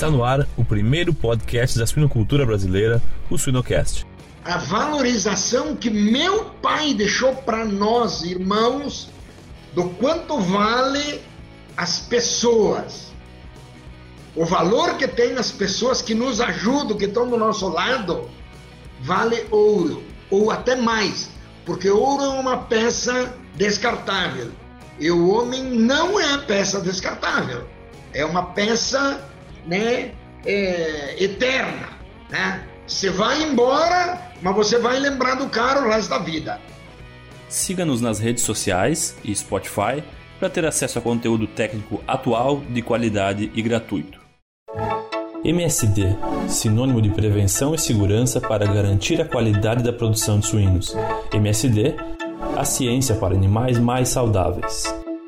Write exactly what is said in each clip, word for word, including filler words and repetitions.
Está no ar o primeiro podcast da suinocultura brasileira, o Suinocast. A valorização que meu pai deixou para nós, irmãos, do quanto vale as pessoas. O valor que tem as pessoas que nos ajudam, que estão do nosso lado, vale ouro, ou até mais, porque ouro é uma peça descartável. E o homem não é peça descartável, é uma peça, né, é, eterna, né? Você vai embora, mas você vai lembrar do cara o resto da vida. Siga-nos nas redes sociais e Spotify para ter acesso a conteúdo técnico atual, de qualidade e gratuito. M S D, sinônimo de prevenção e segurança para garantir a qualidade da produção de suínos. M S D, a ciência para animais mais saudáveis.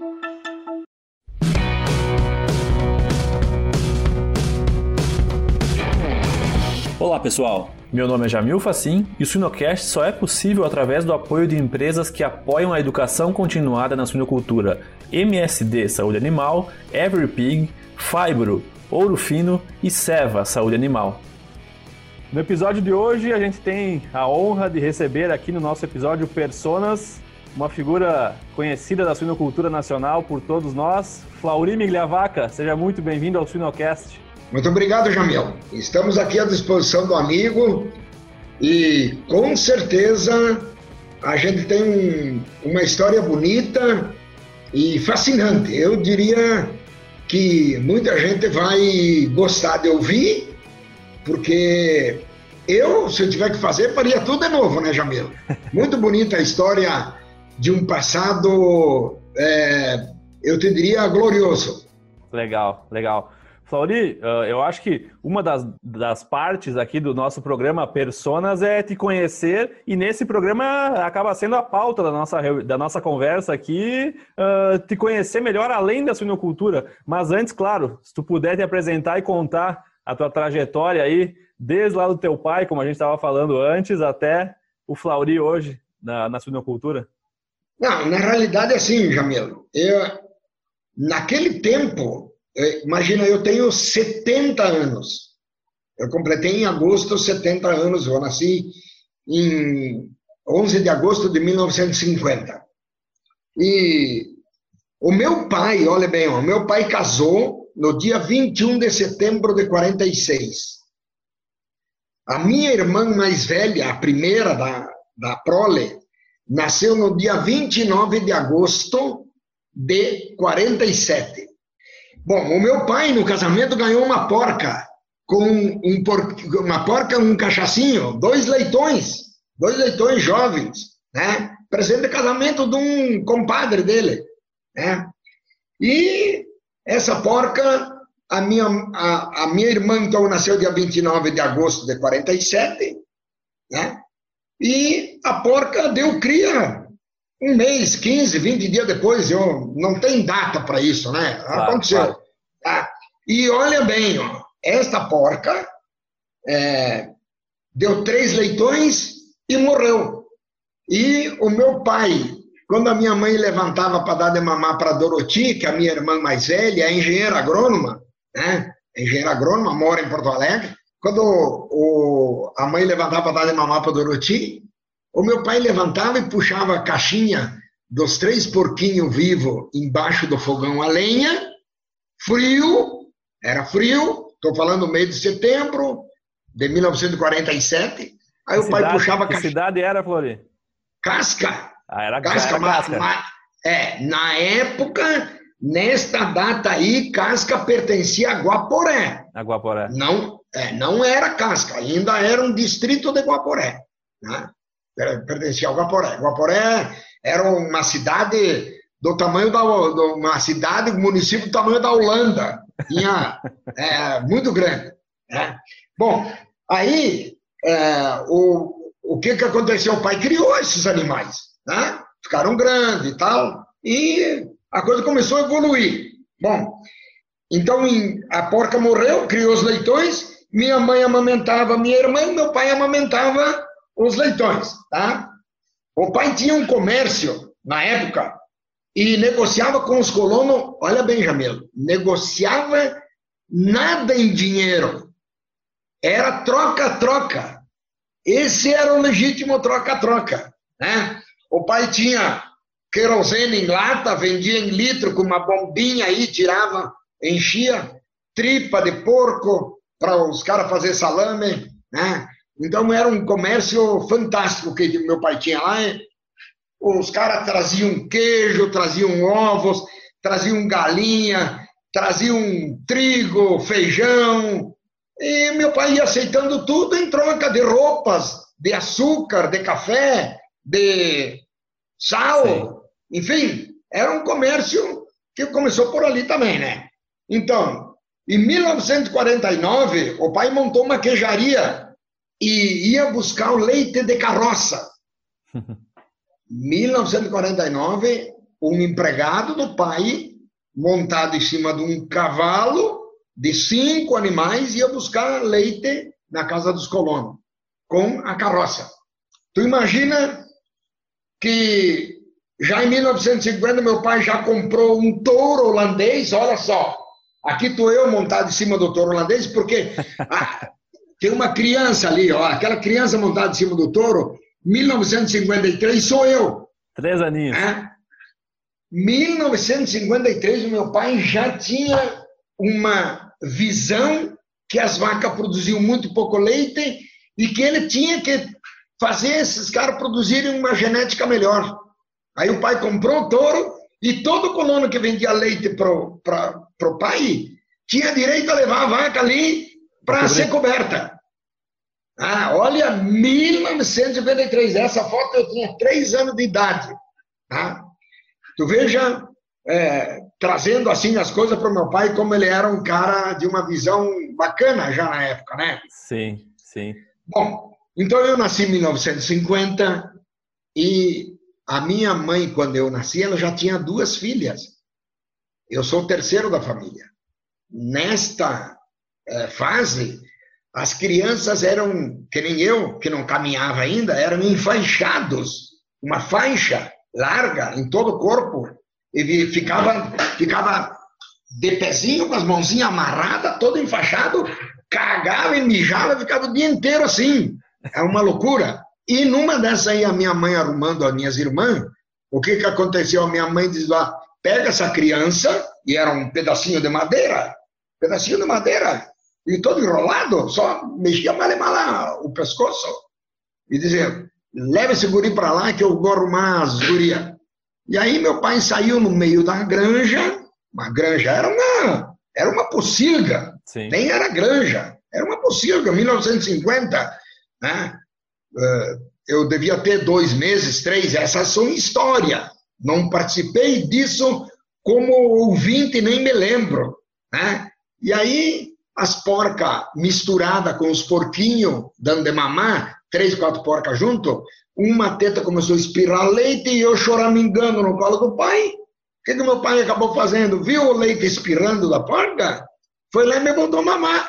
Olá pessoal, meu nome é Jamil Facim e o Suinocast só é possível através do apoio de empresas que apoiam a educação continuada na suinocultura. M S D Saúde Animal, EveryPig, Fibro, Ouro Fino e Seva Saúde Animal. No episódio de hoje a gente tem a honra de receber aqui no nosso episódio Personas, uma figura conhecida da suinocultura nacional por todos nós, Flaury Migliavaca. Seja muito bem-vindo ao Suinocast. Muito obrigado, Jamil. Estamos aqui à disposição do amigo e com certeza a gente tem um, uma história bonita e fascinante. Eu diria que muita gente vai gostar de ouvir, porque eu, se eu tiver que fazer, faria tudo de novo, né, Jamil? Muito bonita a história de um passado, é, eu te diria, glorioso. Legal, legal. Flaury, eu acho que uma das, das partes aqui do nosso programa Personas é te conhecer, e nesse programa acaba sendo a pauta da nossa, da nossa conversa aqui, uh, te conhecer melhor além da suinocultura. Mas antes, claro, se tu puder te apresentar e contar a tua trajetória aí, desde lá do teu pai, como a gente estava falando antes, até o Flaury hoje na, na suinocultura. Não, na realidade é assim, Jamil. Eu, naquele tempo... Imagina, eu tenho setenta anos. Eu completei em agosto setenta anos. Eu nasci em onze de agosto de mil novecentos e cinquenta. E o meu pai, olha bem, o meu pai casou no dia vinte e um de setembro de quarenta e seis. A minha irmã mais velha, a primeira da, da prole, nasceu no dia vinte e nove de agosto de quarenta e sete. Bom, o meu pai, no casamento, ganhou uma porca, com um por... uma porca, um cachacinho, dois leitões, dois leitões jovens, né? Presente de casamento de um compadre dele, né? E essa porca, a minha, a, a minha irmã, então, nasceu dia vinte e nove de agosto de quarenta e sete, né? E a porca deu cria um mês, quinze, vinte dias depois. Eu, não tem data para isso, né? Claro, aconteceu. Claro. Tá? E olha bem, ó, esta porca é, deu três leitões e morreu. E o meu pai, quando a minha mãe levantava para dar de mamar para Doroti, que é a minha irmã mais velha, é engenheira agrônoma, né? Engenheira agrônoma, mora em Porto Alegre. Quando o, a mãe levantava para dar de mamar para Doroti, o meu pai levantava e puxava a caixinha dos três porquinhos vivos embaixo do fogão a lenha, frio, era frio, estou falando meio de setembro de mil novecentos e quarenta e sete, aí que o pai cidade, puxava a caixinha. Que cidade era, Flaury? Casca. Ah, era casca. Era mas, casca. Mas, é, na época, nesta data aí, Casca pertencia a Guaporé. A Guaporé. Não, é, não era Casca, ainda era um distrito de Guaporé, né? Pertencia ao Guaporé. Guaporé era uma cidade do tamanho da uma cidade, um município do tamanho da Holanda, tinha é, muito grande, né? Bom, aí é, o, o que que aconteceu? O pai criou esses animais, né? Ficaram grandes e tal, e a coisa começou a evoluir. Bom, então a porca morreu, criou os leitões, minha mãe amamentava minha irmã e meu pai amamentava os leitões, tá? O pai tinha um comércio, na época, e negociava com os colonos, olha bem, Jamil, negociava nada em dinheiro. Era troca-troca. Esse era o legítimo troca-troca, né? O pai tinha querosene em lata, vendia em litro com uma bombinha aí, tirava, enchia, tripa de porco para os caras fazer salame, né? Então era um comércio fantástico que meu pai tinha lá. Os caras traziam queijo, traziam ovos, traziam galinha, traziam trigo, feijão. E meu pai ia aceitando tudo em troca de roupas, de açúcar, de café, de sal. Sim. Enfim, era um comércio que começou por ali também, né? Então, em mil novecentos e quarenta e nove, o pai montou uma queijaria e ia buscar o leite de carroça. Em mil novecentos e quarenta e nove, um empregado do pai, montado em cima de um cavalo de cinco animais, ia buscar leite na casa dos colonos, com a carroça. Tu imagina que já em mil novecentos e cinquenta meu pai já comprou um touro holandês, olha só, aqui estou eu montado em cima do touro holandês, porque ah, tem uma criança ali, ó, aquela criança montada em cima do touro, mil novecentos e cinquenta e três sou eu. Três aninhos. É? mil novecentos e cinquenta e três o meu pai já tinha uma visão que as vacas produziam muito pouco leite e que ele tinha que fazer esses caras produzirem uma genética melhor. Aí o pai comprou o touro e todo colono que vendia leite pro, pra, pro pai tinha direito a levar a vaca ali para ser coberta. Ah, olha, mil novecentos e cinquenta e três, essa foto eu tinha três anos de idade. Tá? Tu veja, é, trazendo assim as coisas para o meu pai, como ele era um cara de uma visão bacana já na época, né? Sim, sim. Bom, então eu nasci em mil novecentos e cinquenta e a minha mãe, quando eu nasci, ela já tinha duas filhas. Eu sou o terceiro da família. Nesta é, fase, as crianças eram, que nem eu, que não caminhava ainda, eram enfaixados, uma faixa larga em todo o corpo, e ficava, ficava de pezinho, com as mãozinhas amarradas, todo enfaixado, cagava e mijava, ficava o dia inteiro assim. É uma loucura. E numa dessas aí, a minha mãe arrumando as minhas irmãs, o que que aconteceu? A minha mãe disse lá, pega essa criança, e era um pedacinho de madeira, pedacinho de madeira, e todo enrolado, só mexia mal mal o pescoço, e dizia, leva esse guri para lá que eu vou arrumar as gurias. E aí meu pai saiu no meio da granja, uma granja era uma, era uma pocilga, Sim. nem era granja, era uma pocilga, mil novecentos e cinquenta, né? Eu devia ter dois meses, três, essas são história, não participei disso como ouvinte, nem me lembro, né? E aí as porcas misturadas com os porquinhos, dando de mamar, três, quatro porcas junto, uma teta começou a espirrar leite e eu choramingando no colo do pai. O que que meu pai acabou fazendo? Viu o leite espirrando da porca? Foi lá e me botou mamar.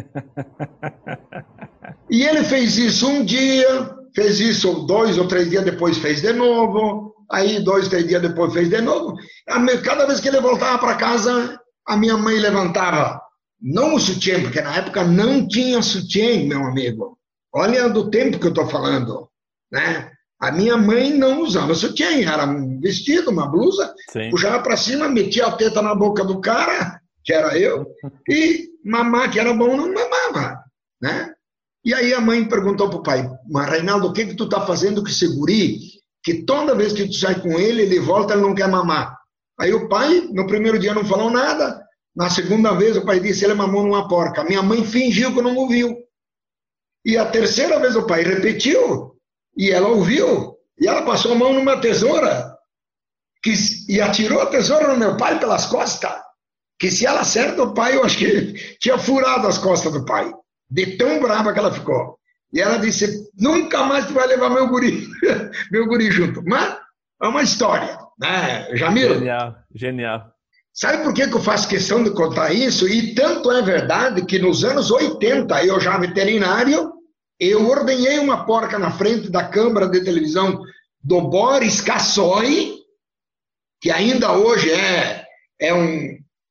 E ele fez isso um dia, fez isso dois ou três dias depois, fez de novo, aí dois, três dias depois fez de novo. Cada vez que ele voltava para casa, a minha mãe levantava, não o sutiã, porque na época não tinha sutiã, meu amigo. Olha do tempo que eu estou falando, né? A minha mãe não usava sutiã, era um vestido, uma blusa, Sim. puxava para cima, metia a teta na boca do cara, que era eu, e mamar, que era bom, não mamava, né? E aí a mãe perguntou para o pai, mas Reinaldo, o que que tu tá fazendo com esse guri? Que toda vez que tu sai com ele, ele volta, ele não quer mamar. Aí o pai, no primeiro dia não falou nada, na segunda vez o pai disse, ele mamou numa porca. Minha mãe fingiu que não ouviu. E a terceira vez o pai repetiu, e ela ouviu, e ela passou a mão numa tesoura, que, e atirou a tesoura no meu pai pelas costas, que se ela acerta o pai, eu acho que tinha furado as costas do pai, de tão brava que ela ficou. E ela disse, nunca mais tu vai levar meu guri, meu guri junto. Mas é uma história, né, Jamil? Genial, genial. Sabe por que que eu faço questão de contar isso? E tanto é verdade que nos anos oitenta, eu já veterinário, eu ordenhei uma porca na frente da câmara de televisão do Boris Kassoi, que ainda hoje é, é um,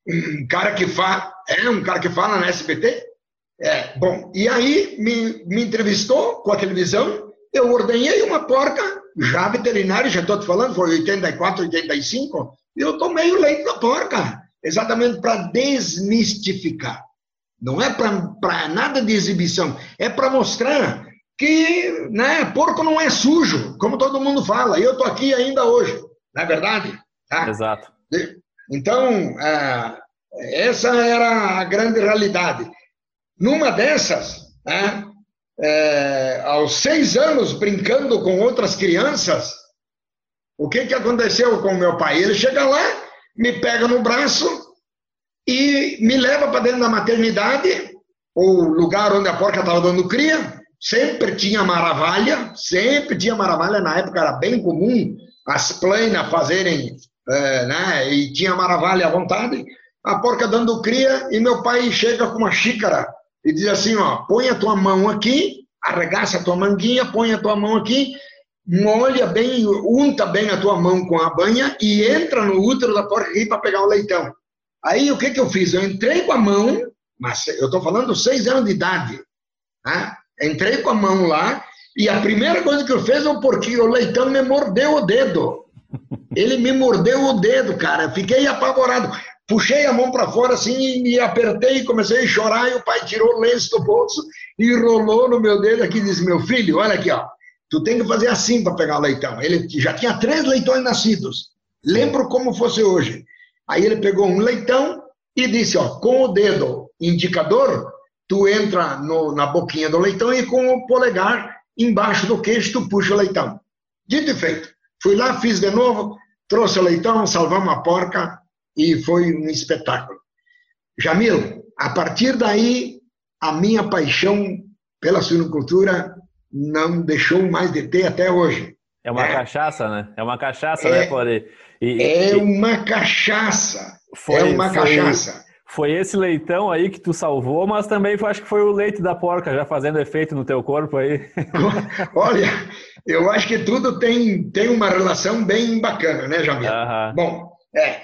um cara que fala, é um cara que fala na S B T. É, bom, e aí me, me entrevistou com a televisão, eu ordenhei uma porca, já veterinário, já estou te falando, foi oitenta e quatro, oitenta e cinco, e eu tomei o leite da porca, exatamente para desmistificar. Não é para nada de exibição, é para mostrar que, né, porco não é sujo, como todo mundo fala, e eu estou aqui ainda hoje, não é verdade? Tá? Exato. Então, é, essa era a grande realidade. Numa dessas, né, é, aos seis anos, brincando com outras crianças, o que, que aconteceu com o meu pai? Ele chega lá, me pega no braço e me leva para dentro da maternidade, o lugar onde a porca estava dando cria. Sempre tinha maravalha, sempre tinha maravalha. Na época era bem comum as plainas fazerem, é, né, e tinha maravalha à vontade. A porca dando cria e meu pai chega com uma xícara e diz assim, ó, põe a tua mão aqui, arregaça a tua manguinha, põe a tua mão aqui, molha bem, unta bem a tua mão com a banha e entra no útero da porca aqui para pegar o leitão. Aí o que que eu fiz? Eu entrei com a mão, mas eu estou falando seis anos de idade, né? Entrei com a mão lá e a primeira coisa que eu fiz é porque o leitão me mordeu o dedo. Ele me mordeu o dedo, cara. Fiquei apavorado. Puxei a mão para fora assim e me apertei e comecei a chorar. E o pai tirou o lenço do bolso e rolou no meu dedo aqui e disse, meu filho, olha aqui, ó, tu tem que fazer assim para pegar o leitão. Ele já tinha três leitões nascidos. Lembro como fosse hoje. Aí ele pegou um leitão e disse, ó, com o dedo indicador, tu entra no, na boquinha do leitão e com o polegar embaixo do queixo tu puxa o leitão. Dito e feito. Fui lá, fiz de novo, trouxe o leitão, salvamos a porca e foi um espetáculo. Jamil, a partir daí, a minha paixão pela suinocultura não deixou mais de ter até hoje. É uma é. cachaça, né? É uma cachaça, é, né, Flori? E, é e... uma cachaça. Foi, é uma foi... cachaça. Foi esse leitão aí que tu salvou, mas também acho que foi o leite da porca já fazendo efeito no teu corpo aí. Olha, eu acho que tudo tem, tem uma relação bem bacana, né, Jamil? Uh-huh. Bom, é.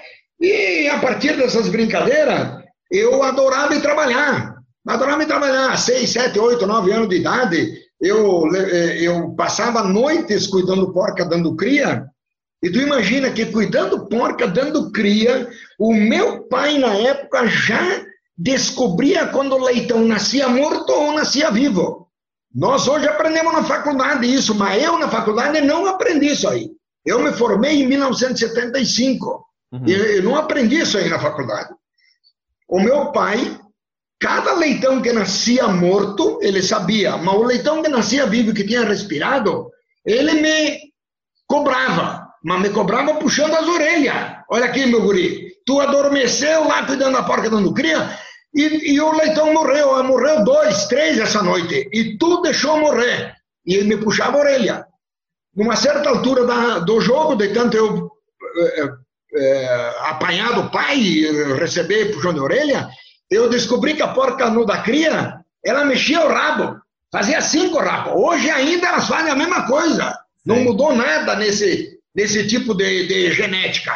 E a partir dessas brincadeiras, eu adorava ir trabalhar. Adorava ir trabalhar. Seis, sete, oito, nove anos de idade, eu, eu passava noites cuidando porca, dando cria. E tu imagina que cuidando porca, dando cria, o meu pai na época já descobria quando o leitão nascia morto ou nascia vivo. Nós hoje aprendemos na faculdade isso, mas eu na faculdade não aprendi isso aí. Eu me formei em mil novecentos e setenta e cinco uhum. e eu não aprendi isso aí na faculdade. O meu pai, cada leitão que nascia morto, ele sabia, mas o leitão que nascia vivo, que tinha respirado, ele me cobrava. Mas me cobrava puxando as orelhas. Olha aqui, meu guri. Tu adormeceu lá cuidando da porca dando cria e, e o leitão morreu. Morreu dois, três essa noite. E tu deixou morrer. E ele me puxava a orelha. Numa certa altura da, do jogo, de tanto eu é, é, apanhar do pai e receber puxão de orelha, eu descobri que a porca no da cria, ela mexia o rabo. Fazia cinco rabos. Hoje ainda elas fazem a mesma coisa. Não Sim. mudou nada nesse... desse tipo de, de genética.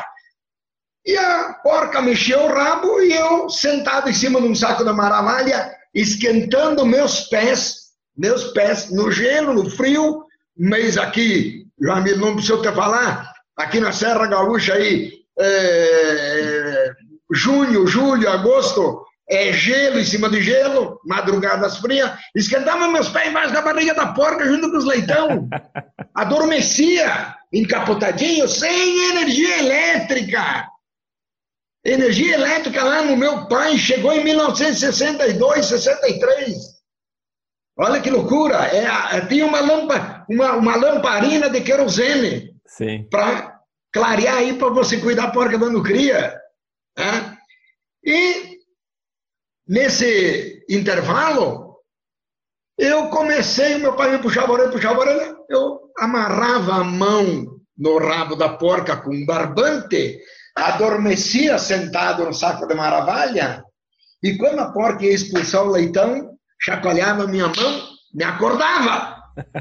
E a porca mexeu o rabo e eu, sentado em cima de um saco da maravalha, esquentando meus pés, meus pés no gelo, no frio, mês aqui, já não preciso te falar, aqui na Serra Gaúcha aí, é, junho, julho, agosto, é gelo em cima de gelo, madrugadas frias, esquentava meus pés embaixo da barriga da porca junto com os leitão, adormecia, encapotadinho, sem energia elétrica. Energia elétrica lá no meu pai chegou em mil novecentos e sessenta e dois, sessenta e três. Olha que loucura. É, tinha uma, lampa, uma, uma lamparina de querosene para clarear aí para você cuidar da porca dando cria. Né? E nesse intervalo, eu comecei, meu pai me puxava a orelha, puxava a orelha, eu amarrava a mão no rabo da porca com um barbante, adormecia sentado no saco de maravalha, e quando a porca ia expulsar o leitão, chacoalhava minha mão, me acordava.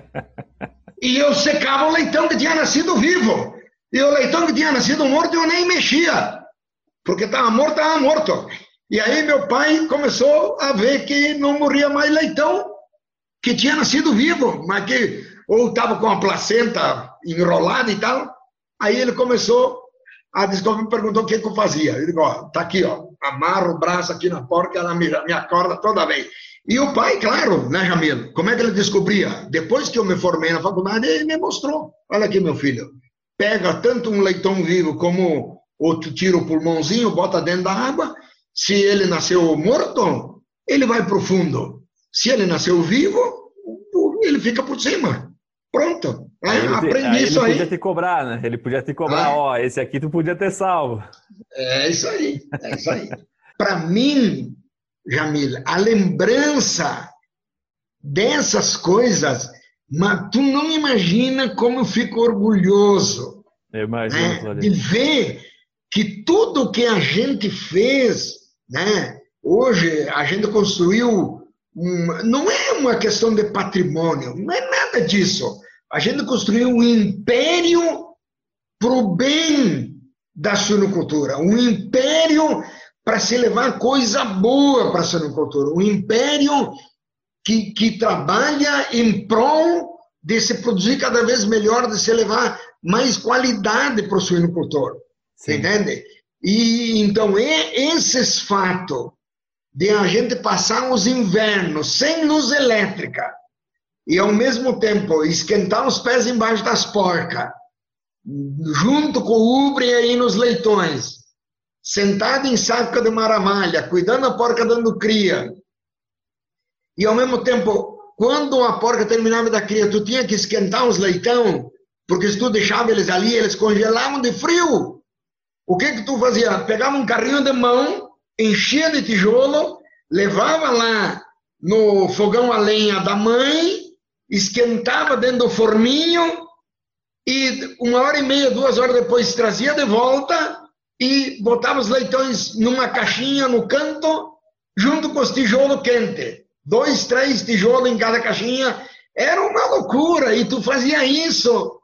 E eu secava o leitão que tinha nascido vivo. E o leitão que tinha nascido morto eu nem mexia. porque estava morto, estava morto. E aí meu pai começou a ver que não morria mais leitão, que tinha nascido vivo, mas que ou estava com a placenta enrolada e tal. Aí ele começou a descobrir, me perguntou o que, que eu fazia. Eu digo, ó, tá aqui, ó, amarro o braço aqui na porca, ela me, me acorda toda vez. E o pai, claro, né, Jamil? Como é que ele descobria? Depois que eu me formei na faculdade, ele me mostrou. Olha aqui, meu filho, pega tanto um leitão vivo como outro, tira o pulmãozinho, bota dentro da água. Se ele nasceu morto, ele vai para o fundo. Se ele nasceu vivo, ele fica por cima. Pronto. Aí ele, aprendi aí isso ele aí. podia te cobrar, né? Ele podia te cobrar, ah. ó, esse aqui tu podia ter salvo. É isso aí, é isso aí. Para mim, Jamil, a lembrança dessas coisas, mas tu não imagina como eu fico orgulhoso. Eu imagino, né? De ver que tudo que a gente fez, né? Hoje a gente construiu, uma, não é uma questão de patrimônio, não é nada disso. A gente construiu um império para o bem da suinocultura, um império para se levar coisa boa para a suinocultura, um império que, que trabalha em prol de se produzir cada vez melhor, de se levar mais qualidade para o suinocultor, entende? E então é esses fatos de a gente passar os invernos sem luz elétrica e ao mesmo tempo esquentar os pés embaixo das porcas, junto com o ubre aí nos leitões, sentado em saca de maramalha, cuidando da porca dando cria, e ao mesmo tempo, quando a porca terminava da cria, tu tinha que esquentar os leitão, porque se tu deixava eles ali, eles congelavam de frio. O que que tu fazia? Pegava um carrinho de mão, enchia de tijolo, levava lá no fogão a lenha da mãe, esquentava dentro do forninho, e uma hora e meia, duas horas depois trazia de volta e botava os leitões numa caixinha no canto, junto com os tijolos quentes. Dois, três tijolos em cada caixinha. Era uma loucura. E tu fazia isso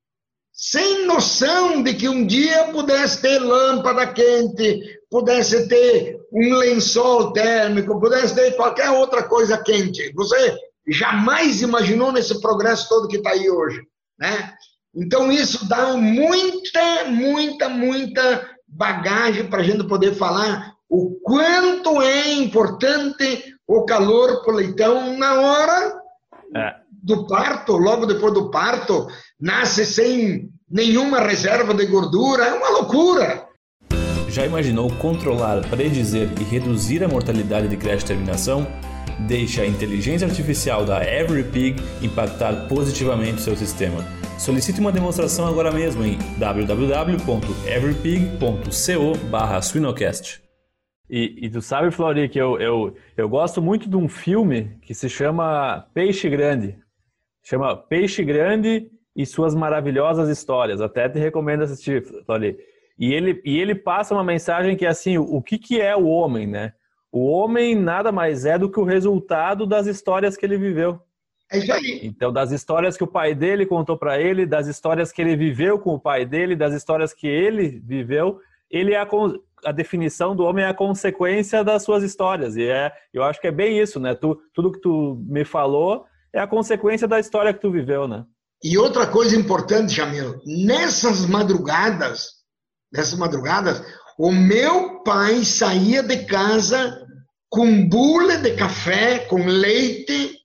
sem noção de que um dia pudesse ter lâmpada quente, pudesse ter um lençol térmico, pudesse ter qualquer outra coisa quente. Você jamais imaginou nesse progresso todo que está aí hoje, né? Então isso dá muita, muita, muita bagagem para a gente poder falar o quanto é importante o calor para o leitão na hora é. do parto, logo depois do parto, nasce sem nenhuma reserva de gordura, é uma loucura. Já imaginou controlar, predizer e reduzir a mortalidade de creche terminação? Deixe a inteligência artificial da EveryPig impactar positivamente o seu sistema. Solicite uma demonstração agora mesmo em w w w ponto everypig ponto co barra suinocast. E, e tu sabe, Flori, que eu, eu, eu gosto muito de um filme que se chama Peixe Grande. Chama Peixe Grande e Suas Maravilhosas Histórias. Até te recomendo assistir, Flori. E ele, e ele passa uma mensagem que é assim, o, o que, que é o homem, né? O homem nada mais é do que o resultado das histórias que ele viveu. É isso aí. Então, das histórias que o pai dele contou para ele, das histórias que ele viveu com o pai dele, das histórias que ele viveu, ele é a, a definição do homem é a consequência das suas histórias. E é, eu acho que é bem isso, né? Tu, tudo que tu me falou é a consequência da história que tu viveu, né? E outra coisa importante, Jamil, nessas madrugadas, nessas madrugadas, o meu pai saía de casa com bule de café, com leite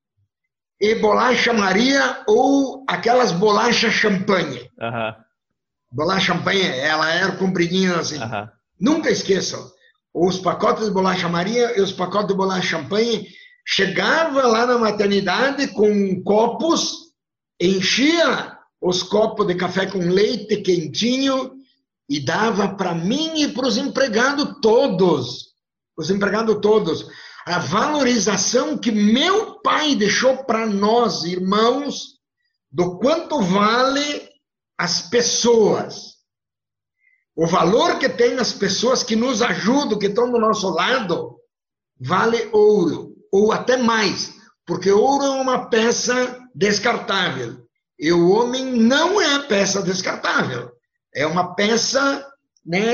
e bolacha Maria ou aquelas bolachas champanhe. Uhum. Bolacha champanhe, ela era compridinha assim. Uhum. Nunca esqueçam. Os pacotes de bolacha Maria e os pacotes de bolacha champanhe, chegava lá na maternidade com copos, enchia os copos de café com leite quentinho e dava para mim e para os empregados todos. Os empregados todos. A valorização que meu pai deixou para nós, irmãos, do quanto vale as pessoas. O valor que tem as pessoas que nos ajudam, que estão do nosso lado, vale ouro, ou até mais, porque ouro é uma peça descartável. E o homem não é peça descartável. É uma peça, né,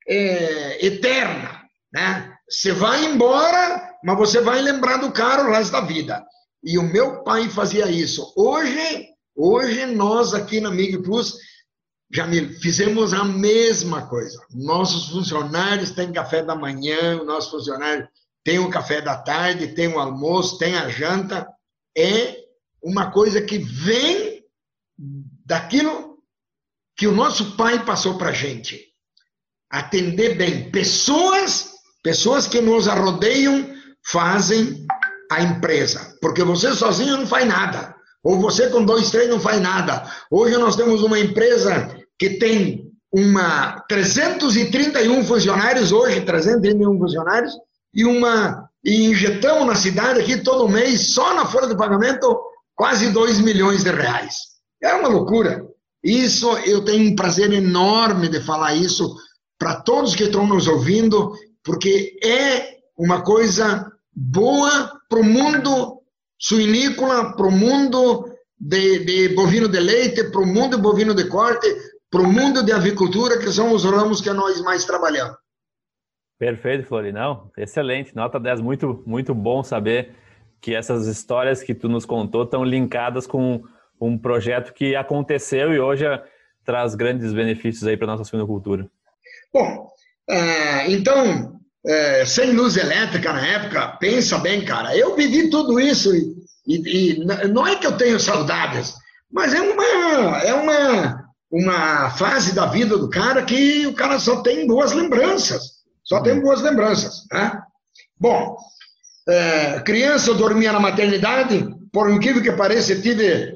é, eterna, né? Você vai embora, mas você vai lembrar do cara o resto da vida. E o meu pai fazia isso. Hoje, hoje nós aqui na Mig Plus, Jamil, fizemos a mesma coisa. Nossos funcionários têm café da manhã, nossos funcionários têm o café da tarde, têm o almoço, têm a janta. É uma coisa que vem daquilo que o nosso pai passou para a gente. Atender bem. Pessoas, pessoas que nos arrodeiam fazem a empresa. Porque você sozinho não faz nada. Ou você com dois, três não faz nada. Hoje nós temos uma empresa que tem uma, trezentos e trinta e um funcionários, hoje trezentos e trinta e um funcionários, e, uma, e injetamos na cidade aqui todo mês, só na folha de pagamento, quase dois milhões de reais. É uma loucura. Isso, eu tenho um prazer enorme de falar isso para todos que estão nos ouvindo, porque é uma coisa boa para o mundo suinícola, para o mundo de, de bovino de leite, para o mundo de bovino de corte, para o mundo de avicultura, que são os ramos que nós mais trabalhamos. Perfeito, Florinão. Excelente. Nota dez. Muito, muito bom saber que essas histórias que tu nos contou estão linkadas com um projeto que aconteceu e hoje traz grandes benefícios aí para a nossa suinocultura. Bom, é, então, é, sem luz elétrica na época, pensa bem, cara, eu vivi tudo isso e, e, e não é que eu tenho saudades, mas é uma, é uma, uma fase da vida do cara que o cara só tem boas lembranças, só tem boas lembranças, né? Bom, é, criança, eu dormia na maternidade, por incrível que pareça, eu tive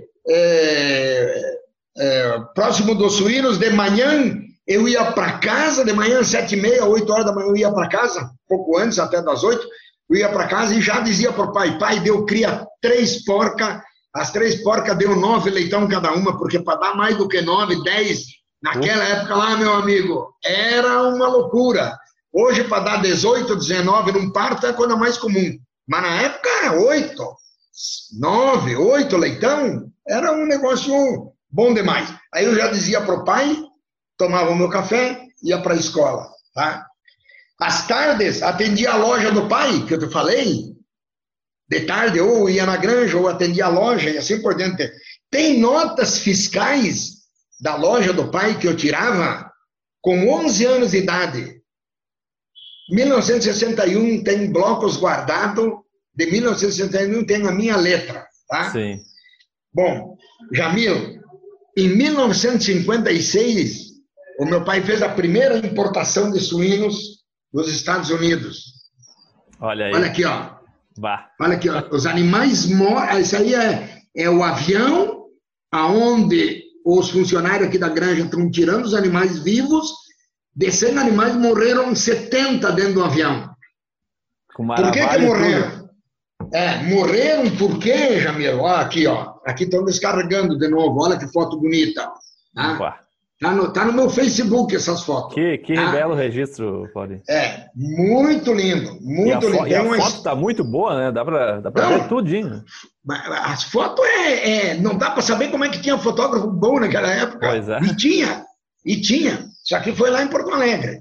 é, é, próximo dos suínos, de manhã eu ia para casa, de manhã, sete e meia, oito horas da manhã eu ia para casa, pouco antes, até das oito, eu ia para casa e já dizia para o pai, pai, deu cria três porcas, as três porcas deu nove leitão cada uma, porque para dar mais do que nove, dez, naquela uhum. época lá, meu amigo, era uma loucura. Hoje, para dar dezoito, dezenove num parto é a coisa mais comum, mas na época era oito, nove, oito leitão, era um negócio bom demais. Aí eu já dizia para o pai, tomava o meu café, ia para a escola. Tá? Às tardes, atendia a loja do pai, que eu te falei, de tarde, ou ia na granja, ou atendia a loja, e assim por diante. Tem notas fiscais da loja do pai que eu tirava com onze anos de idade. mil novecentos e sessenta e um tem blocos guardados, de mil novecentos e sessenta e um tem a minha letra. Tá? Sim. Bom, Jamil, em mil novecentos e cinquenta e seis, o meu pai fez a primeira importação de suínos dos Estados Unidos. Olha aí. Olha aqui, ó. Bah. Olha aqui, ó. Os animais mortos. Isso aí é, é o avião aonde os funcionários aqui da granja estão tirando os animais vivos. De cem animais, morreram setenta dentro do avião. Com por que que morreram? É, morreram por quê, Jamil? Ó, aqui, ó. Aqui estão descarregando de novo. Olha que foto bonita. Tá? Tá no, tá no meu Facebook essas fotos. Que, que tá? belo registro, Florinho. É, muito lindo, muito e a lindo. E a uma... foto tá muito boa, né? Dá pra, dá pra não, ver tudinho. As fotos é, é... Não dá pra saber como é que tinha fotógrafo bom naquela época. Pois é. E tinha, e tinha. Isso aqui foi lá em Porto Alegre.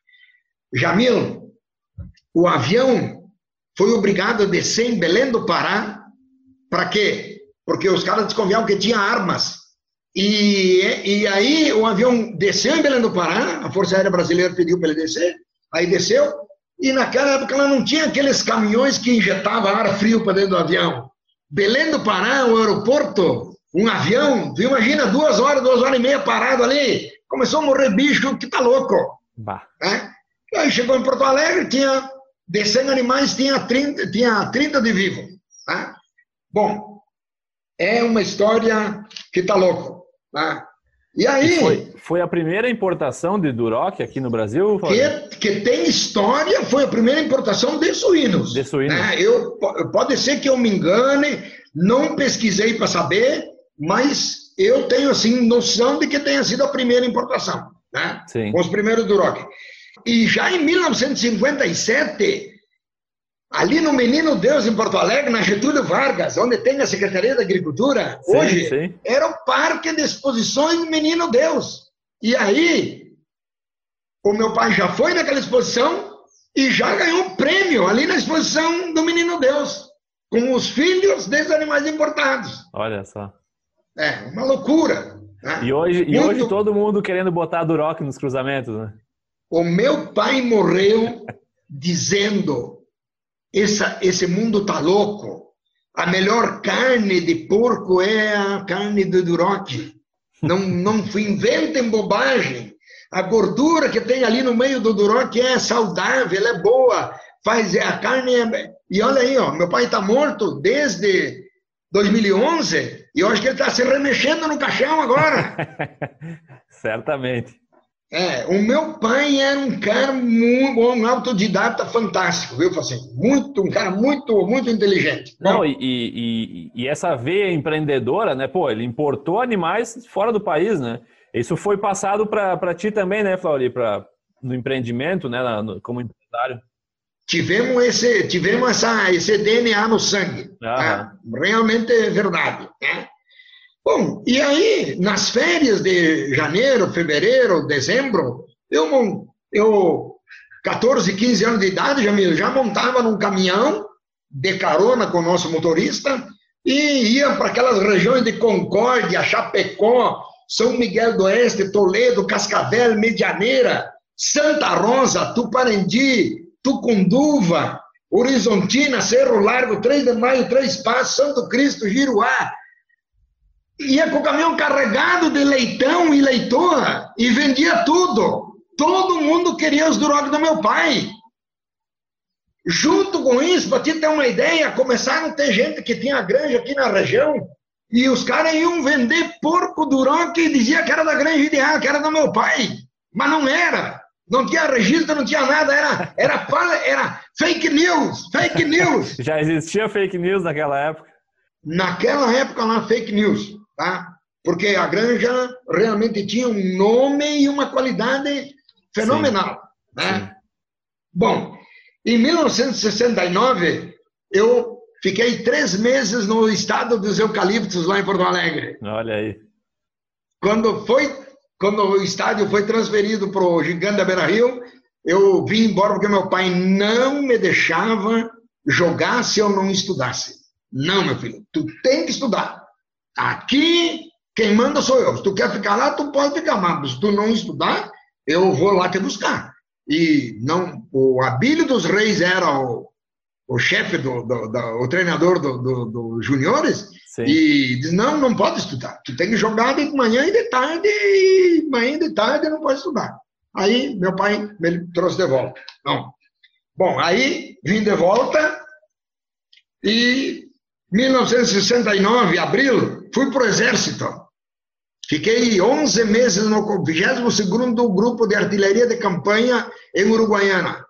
Jamil, o avião foi obrigado a descer em Belém do Pará. Para quê? Porque os caras desconfiavam que tinha armas. E, e aí o avião desceu em Belém do Pará, a Força Aérea Brasileira pediu para ele descer, aí desceu, e naquela época ela não tinha aqueles caminhões que injetavam ar frio para dentro do avião. Belém do Pará, o aeroporto, um avião, tu imagina, duas horas, duas horas e meia parado ali, começou a morrer bicho, que tá louco. Bah. É? E aí chegou em Porto Alegre, tinha, de cem animais, tinha trinta, tinha trinta de vivo. Tá? Bom, é uma história que tá louco. Tá? E aí... E foi, foi a primeira importação de Duroc aqui no Brasil? Que, que tem história, foi a primeira importação de suínos. De suínos. Né? Eu, pode ser que eu me engane, não pesquisei para saber, mas eu tenho assim noção de que tenha sido a primeira importação. Né? Sim. Com os primeiros Duroc. E já em mil novecentos e cinquenta e sete... ali no Menino Deus, em Porto Alegre, na Getúlio Vargas, onde tem a Secretaria da Agricultura, sim, hoje, sim. era o Parque de Exposições Menino Deus. E aí, o meu pai já foi naquela exposição e já ganhou prêmio ali na exposição do Menino Deus, com os filhos desses animais importados. Olha só. É, uma loucura. Né? E, hoje, Muito... e hoje todo mundo querendo botar Duroc nos cruzamentos, né? O meu pai morreu dizendo, essa, esse mundo tá louco, a melhor carne de porco é a carne do Duroc. Não, não inventem bobagem. A gordura que tem ali no meio do Duroc é saudável, é boa, faz a carne é... E olha aí, ó, meu pai está morto desde dois mil e onze e eu acho que ele está se remexendo no caixão agora. Certamente. É, o meu pai era um cara muito, um autodidata fantástico, viu, assim, muito, um cara muito, muito inteligente. Não, e, e, e essa veia empreendedora, né, pô, ele importou animais fora do país, né? Isso foi passado para ti também, né, Flaury, para no empreendimento, né, no, como empresário. Tivemos esse, tivemos essa, esse D N A no sangue, né? Realmente é verdade, né? Bom, e aí, nas férias de janeiro, fevereiro, dezembro, eu, eu quatorze, quinze anos de idade, já, me, já montava num caminhão de carona com o nosso motorista e ia para aquelas regiões de Concórdia, Chapecó, São Miguel do Oeste, Toledo, Cascavel, Medianeira, Santa Rosa, Tuparendi, Tucunduva, Horizontina, Cerro Largo, três de maio, Três Passos, Santo Cristo, Giruá. Ia com o caminhão carregado de leitão e leitoa e vendia tudo. Todo mundo queria os Duroc do meu pai. Junto com isso, para te ter uma ideia, começaram a ter gente que tinha granja aqui na região e os caras iam vender porco Duroc e dizia que era da granja ideal, que era do meu pai. Mas não era. Não tinha registro, não tinha nada. Era, era, era fake news, fake news. Já existia fake news naquela época? Naquela época, lá, fake news. Tá? Porque a granja realmente tinha um nome e uma qualidade fenomenal. Né? Bom, em mil novecentos e sessenta e nove, eu fiquei três meses no estado dos eucaliptos, lá em Porto Alegre. Olha aí. Quando, foi, quando o estádio foi transferido para o Gigante da Beira-Rio, eu vim embora porque meu pai não me deixava jogar se eu não estudasse. Não, meu filho, tu tem que estudar. Aqui, quem manda sou eu. Se tu quer ficar lá, tu pode ficar, mas se tu não estudar, eu vou lá te buscar. E não, o Abílio dos Reis era o, o chefe, do, do, do, o treinador dos do, do juniores, sim. E diz, não, não pode estudar. Tu tem que jogar de manhã e de tarde, e manhã e de tarde não pode estudar. Aí, meu pai me trouxe de volta. Não. Bom, aí, vim de volta e... mil novecentos e sessenta e nove, abril, fui para o Exército. Fiquei onze meses no vigésimo segundo Grupo de Artilharia de Campanha em Uruguaiana.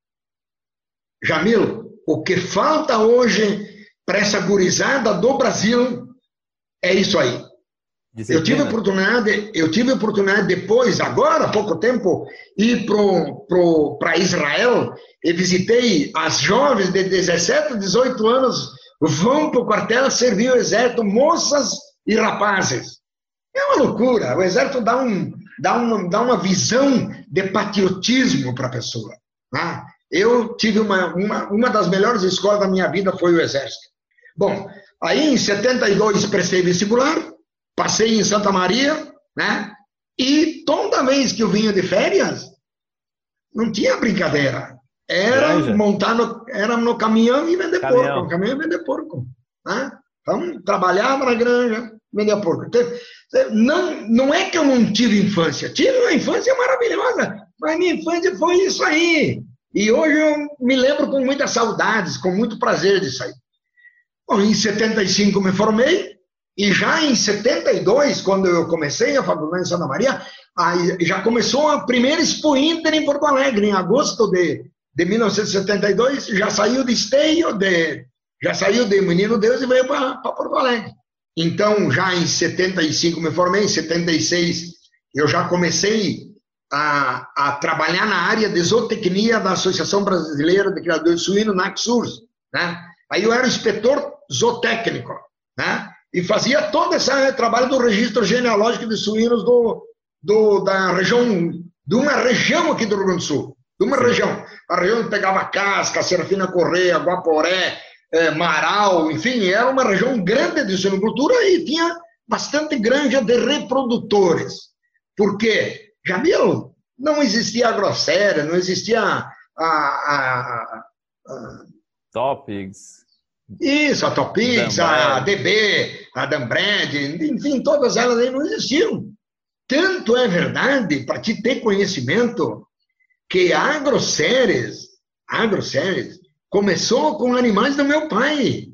Jamil, o que falta hoje para essa gurizada do Brasil é isso aí. Eu tive oportunidade, eu tive oportunidade depois, agora, há pouco tempo, ir para Israel e visitei as jovens de dezessete, dezoito anos vão para o quartel servir o exército, moças e rapazes. É uma loucura. O exército dá, um, dá, uma, dá uma visão de patriotismo para a pessoa. Né? Eu tive uma, uma, uma das melhores escolas da minha vida foi o exército. Bom, aí em setenta e dois prestei vestibular, passei em Santa Maria, né? E toda vez que eu vinha de férias, não tinha brincadeira. Era montar no, era no caminhão e vender caminhão. porco. No caminhão e vender porco. Né? Então, trabalhava na granja, vendia porco. Então, não, não é que eu não tive infância. Tive uma infância maravilhosa, mas minha infância foi isso aí. E hoje eu me lembro com muitas saudades, com muito prazer disso aí. Bom, em setenta e cinco me formei, e já em setenta e dois, quando eu comecei a faculdade em Santa Maria, aí já começou a primeira Expo Inter em Porto Alegre, em agosto de... de mil novecentos e setenta e dois, já saiu de Esteio, de, já saiu de Menino Deus e veio para Porto Alegre. Então, já em setenta e cinco me formei, em setenta e seis eu já comecei a, a trabalhar na área de zootecnia da Associação Brasileira de Criadores de Suínos, NACSURS. Né? Aí eu era inspetor zootécnico, né? E fazia todo esse trabalho do registro genealógico de suínos do, do, da região de uma região aqui do Rio Grande do Sul, de uma Sim. região. A região que pegava Casca, Serafina Correia, Guaporé, eh, Marau, enfim, era uma região grande de suinocultura e tinha bastante granja de reprodutores. Por quê? Já viu? Não existia agroséria, não existia a... a, a, a Topics. Isso, a Topics, a D B, a Dambred, enfim, todas elas aí não existiam. Tanto é verdade, para te ter conhecimento, que a Agroceres, a Agroceres começou com animais do meu pai.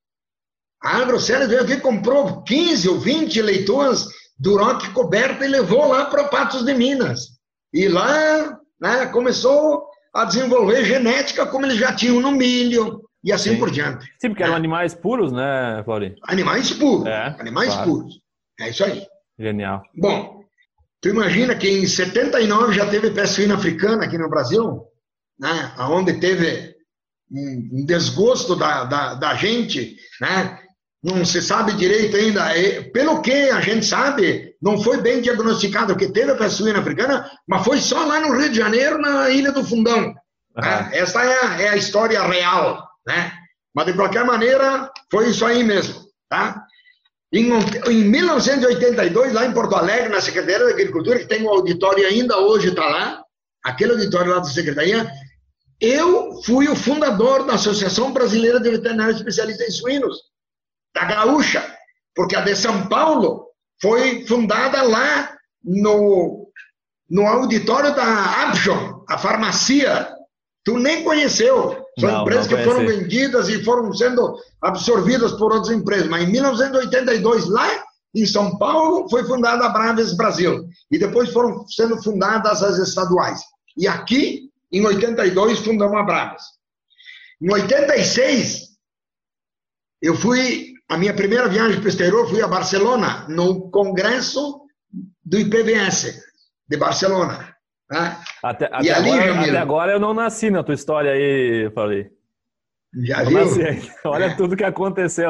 A Agroceres veio aqui, comprou quinze ou vinte leitões Duroc coberta e levou lá para Patos de Minas. E lá, né, começou a desenvolver genética como eles já tinham no milho e assim Sim. por diante. Sim, porque eram é. animais puros, né, Flaury? Animais puros, é, claro. animais puros. É isso aí. Genial. Bom, tu imagina que em setenta e nove já teve peste suína africana aqui no Brasil, né, onde teve um desgosto da, da, da gente, né? Não se sabe direito ainda. Pelo que a gente sabe, não foi bem diagnosticado que teve a peste suína africana, mas foi só lá no Rio de Janeiro, na Ilha do Fundão. Uhum. Né? Essa é a, é a história real, né? Mas, de qualquer maneira, foi isso aí mesmo, tá? Em, em mil novecentos e oitenta e dois, lá em Porto Alegre, na Secretaria da Agricultura, que tem um auditório ainda hoje, está lá, aquele auditório lá da Secretaria, eu fui o fundador da Associação Brasileira de Veterinários Especialistas em Suínos, da Gaúcha, porque a de São Paulo foi fundada lá no, no auditório da Upjohn, a farmácia. Tu nem conheceu. São não, empresas não que foram vendidas e foram sendo absorvidas por outras empresas. Mas em mil novecentos e oitenta e dois, lá em São Paulo, foi fundada a Braves Brasil. E depois foram sendo fundadas as estaduais. E aqui, em oitenta e dois, fundamos a Braves. Em oitenta e seis, eu fui... A minha primeira viagem para o exterior, fui a Barcelona, no congresso do I P V S de Barcelona. Né? Até, até, ali, agora, até agora eu não nasci na tua história aí, falei. Já viu? Olha é. tudo que aconteceu.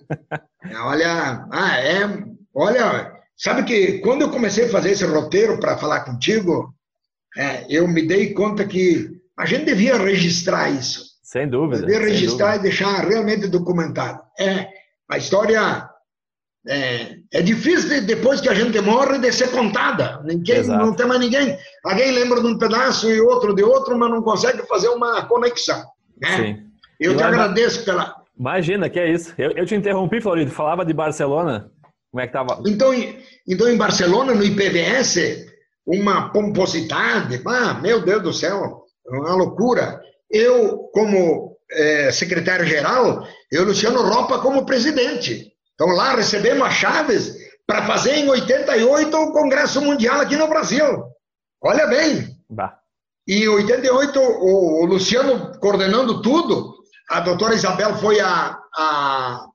Olha, ah, é, olha, sabe que quando eu comecei a fazer esse roteiro para falar contigo, é, eu me dei conta que a gente devia registrar isso. Sem dúvida. Devia registrar dúvida. e deixar realmente documentado. É, a história é, é difícil de, depois que a gente morre de ser contada. Ninguém, não tem mais ninguém. Alguém lembra de um pedaço e outro de outro, mas não consegue fazer uma conexão. Né? Sim. Eu e te agradeço pela... Imagina, que é isso. Eu, eu te interrompi, Florido. Falava de Barcelona. Como é que estava? Então, então, em Barcelona, no I P V S, uma pomposidade. Ah, meu Deus do céu, uma loucura. Eu, como... É, secretário-geral, e o Luciano Ropa como presidente. Então lá recebemos as chaves para fazer em oitenta e oito o Congresso Mundial aqui no Brasil. Olha bem. Bah. E em oitenta e oito o, o Luciano coordenando tudo, a doutora Isabel foi a, a,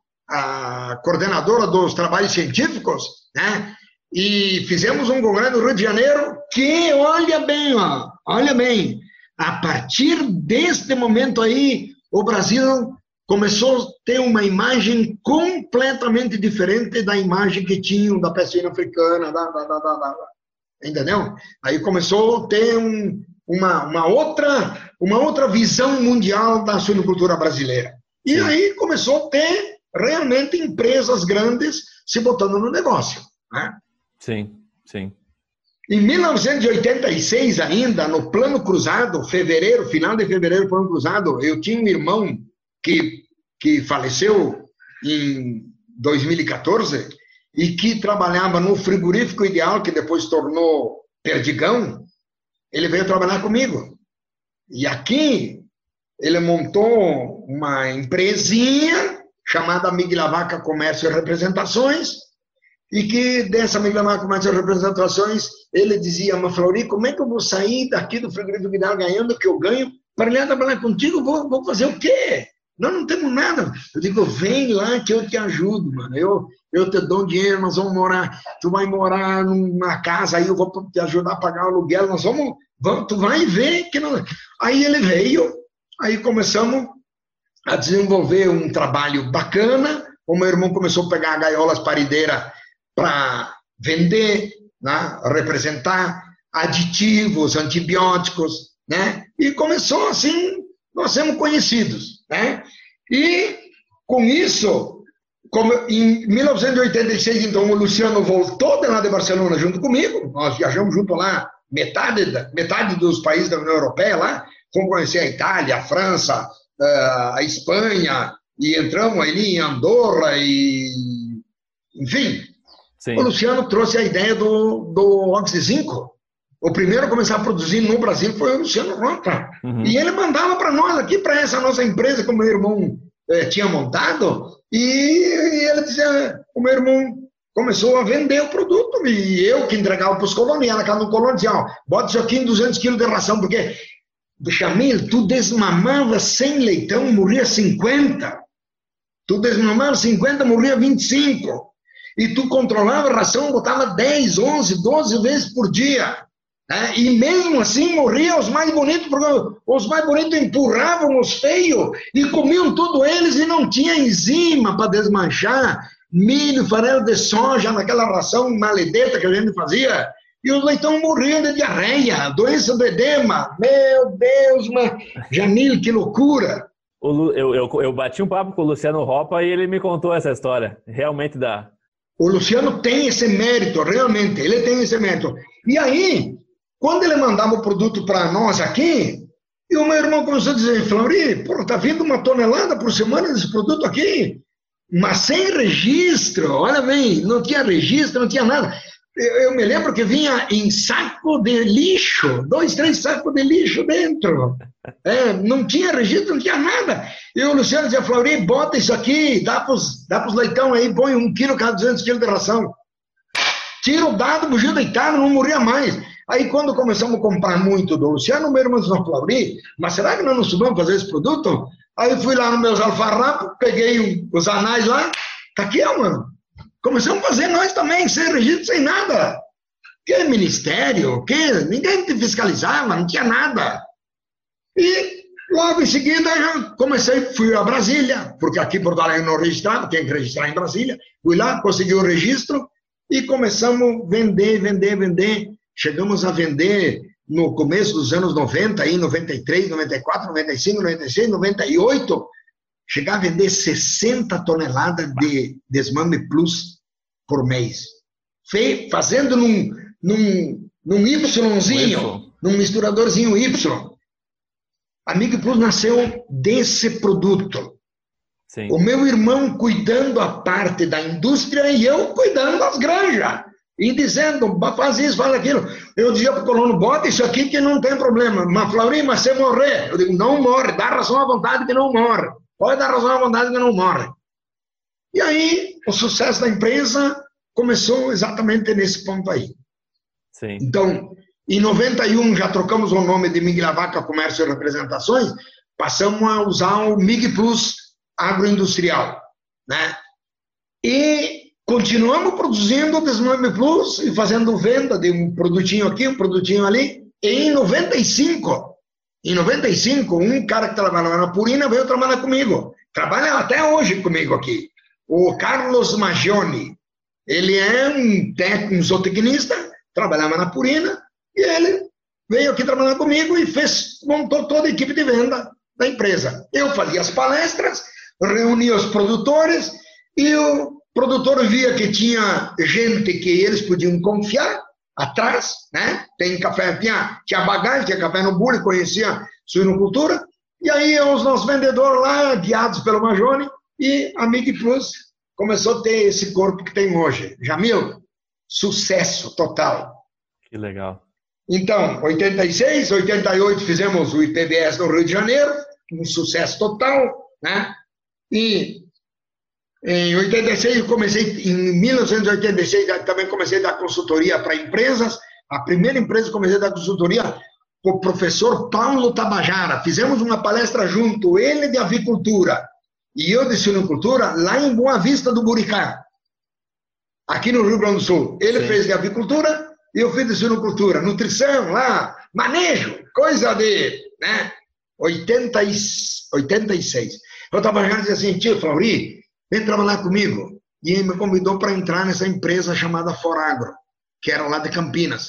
a coordenadora dos trabalhos científicos, né? E fizemos um congresso no Rio de Janeiro que, olha bem, ó, olha bem, a partir deste momento aí, o Brasil começou a ter uma imagem completamente diferente da imagem que tinham da peste suína africana, da, da, da, da, da, entendeu? Aí começou a ter um, uma, uma, outra, uma outra visão mundial da suinocultura brasileira. E Sim. aí começou a ter realmente empresas grandes se botando no negócio. Né? Sim, sim. Em mil novecentos e oitenta e seis ainda, no Plano Cruzado, fevereiro, final de fevereiro, Plano Cruzado, eu tinha um irmão que, que faleceu em dois mil e quatorze e que trabalhava no Frigorífico Ideal, que depois tornou Perdigão. Ele veio trabalhar comigo. E aqui ele montou uma empresinha chamada Miglavaca Comércio e Representações, e que dessa Miglavaca Comércio e Representações ele dizia, mas Flori, como é que eu vou sair daqui do Frigorífico Ideal ganhando o que eu ganho para ir trabalhar contigo? Vou, vou fazer o quê? Nós não temos nada. Eu digo, vem lá que eu te ajudo, mano. Eu, eu te dou dinheiro, nós vamos morar, tu vai morar numa casa, aí eu vou te ajudar a pagar o aluguel, nós vamos, vamos tu vai ver que não... Aí ele veio, aí começamos a desenvolver um trabalho bacana, o meu irmão começou a pegar gaiolas parideiras para vender, né, representar. aditivos, antibióticos, né? E começou assim, nós somos conhecidos, né? E com isso, como em mil novecentos e oitenta e seis, então, o Luciano voltou de lá de Barcelona junto comigo, nós viajamos junto lá, metade, da, metade dos países da União Europeia lá, fomos conhecer a Itália, a França, a Espanha, e entramos ali em Andorra, e enfim. Sim. O Luciano trouxe a ideia do, do Oxy Zinco. O primeiro a começar a produzir no Brasil foi o Luciano Rota. Uhum. E ele mandava para nós aqui, para essa nossa empresa que o meu irmão eh, tinha montado, e, e ele dizia, o meu irmão começou a vender o produto, e eu que entregava para os colonos, e ela cá no colono dizia, ó, bota isso aqui em duzentos quilos de ração, porque, Jamil, tu desmamava cem leitão, morria cinquenta. Tu desmamava cinquenta, morria vinte e cinco. E tu controlava a ração, botava dez, onze, doze vezes por dia. Né? E mesmo assim morriam os mais bonitos, porque os mais bonitos empurravam os feios e comiam tudo eles e não tinha enzima para desmanchar milho, farelo de soja naquela ração maledeta que a gente fazia. E os leitão morriam de diarreia, doença do edema. Meu Deus, mas... Jamil, que loucura! O, eu, eu, eu bati um papo com o Luciano Ropa e ele me contou essa história. Realmente dá. O Luciano tem esse mérito, realmente, ele tem esse mérito. E aí, quando ele mandava o produto para nós aqui, e o meu irmão começou a dizer, Flori, pô, tá vindo uma tonelada por semana desse produto aqui, mas sem registro, olha bem, não tinha registro, não tinha nada. Eu, eu me lembro que vinha em saco de lixo, dois, três sacos de lixo dentro. É, não tinha registro, não tinha nada. E o Luciano dizia, Flori, bota isso aqui, dá para os dá pros leitão aí, põe um quilo cada duzentos quilos de ração. Tira o dado, bugiu deitado, não morria mais. Aí quando começamos a comprar muito do Luciano, meu irmão disse, Flori, mas será que nós não subimos fazer esse produto? Aí eu fui lá nos meus alfarrapos, peguei os anais lá, tá aqui, ó, mano. Começamos a fazer nós também, sem registro, sem nada. Que ministério, que ninguém te fiscalizava, não tinha nada. E logo em seguida eu comecei, fui a Brasília, porque aqui em Porto Alegre não registrava, tem que registrar em Brasília. Fui lá, consegui o registro e começamos a vender, vender, vender. Chegamos a vender no começo dos anos noventa, aí, noventa e três, noventa e quatro, noventa e cinco, noventa e seis, noventa e oito, chegar a vender sessenta toneladas de Desmame Plus por mês. Fe, fazendo num, num, num Yzinho, num misturadorzinho Y. A Mig Plus nasceu desse produto. Sim. O meu irmão cuidando a parte da indústria e eu cuidando das granjas. E dizendo, faz isso, faz aquilo. Eu dizia para o colono, bota isso aqui que não tem problema. Mas, Flaurinho, mas você morrer? Eu digo, não morre, dá razão à vontade que não morre. Pode dar razão à vontade que não morre. E aí, o sucesso da empresa começou exatamente nesse ponto aí. Sim. Então, em noventa e um, já trocamos o nome de Mig Lavaca Comércio e Representações, passamos a usar o Mig Plus Agroindustrial, né? E continuamos produzindo o Desmame Plus e fazendo venda de um produtinho aqui, um produtinho ali. E em noventa e cinco, em noventa e cinco, um cara que trabalhava na Purina veio trabalhar comigo. Trabalha até hoje comigo aqui. O Carlos Magione. Ele é um técnico, um zootecnista, trabalhava na Purina, e ele veio aqui trabalhar comigo e fez, montou toda a equipe de venda da empresa. Eu fazia as palestras, reunia os produtores, e o produtor via que tinha gente que eles podiam confiar atrás, né? Tem café, tinha, tinha bagagem, tinha café no bule, conhecia suinocultura, e aí os nossos vendedores lá, guiados pelo Majone, e a Mig Plus começou a ter esse corpo que tem hoje. Jamil, sucesso total. Que legal. Então, oitenta e seis, oitenta e oito fizemos o I P B S no Rio de Janeiro, um sucesso total, né? E em oitenta e seis eu comecei, em mil novecentos e oitenta e seis também comecei a dar consultoria para empresas. A primeira empresa que comecei a dar consultoria foi o professor Paulo Tabajara. Fizemos uma palestra junto, ele de avicultura e eu de suinocultura, lá em Boa Vista do Buricá, aqui no Rio Grande do Sul. Ele Sim. fez de avicultura e eu fiz de suinocultura, nutrição lá, manejo, coisa de, né, oitenta e seis. Eu Tabajara dizia assim, tio Flaury, vem trabalhar comigo. E ele me convidou para entrar nessa empresa chamada Foragro, que era lá de Campinas.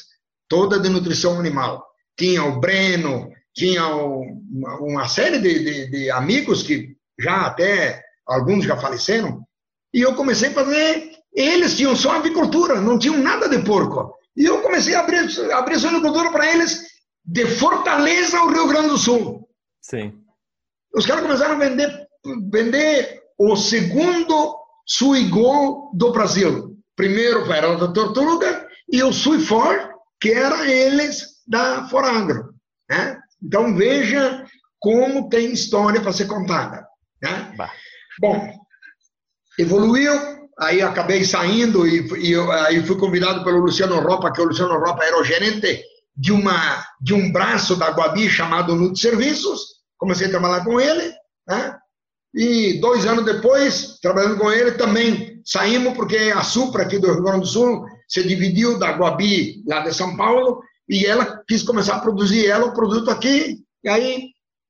toda de nutrição animal. Tinha o Breno, tinha o, uma, uma série de, de, de amigos que já até, alguns já faleceram, e eu comecei a fazer, eles tinham só avicultura, não tinham nada de porco. E eu comecei a abrir, abrir suinocultura para eles de Fortaleza ao Rio Grande do Sul. Sim. Os caras começaram a vender, vender o segundo Suigol do Brasil. Primeiro era o da Tortuga e o Suifor, que era eles da Foragro. Né? Então veja como tem história para ser contada. Né? Bom, evoluiu, aí acabei saindo e, e eu, aí fui convidado pelo Luciano Ropa, que o Luciano Ropa era o gerente de, uma, de um braço da Guabi chamado Nutri Serviços. Comecei a trabalhar com ele, né? E dois anos depois, trabalhando com ele, também saímos porque a Supra aqui do Rio Grande do Sul se dividiu da Guabi lá de São Paulo e ela quis começar a produzir ela o produto aqui. E aí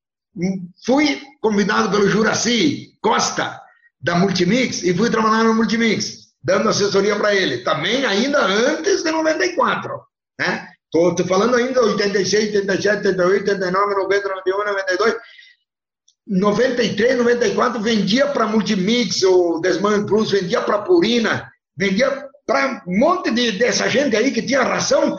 fui convidado pelo Juraci Costa da Multimix e fui trabalhar no Multimix, dando assessoria para ele, também ainda antes de noventa e quatro, né? Estou falando ainda oitenta e seis, oitenta e sete, oitenta e oito, oitenta e nove, noventa, noventa e um, noventa e dois, noventa e três, noventa e quatro, vendia para Multimix, o Desmame Plus, vendia para Purina, vendia para um monte de, dessa gente aí que tinha ração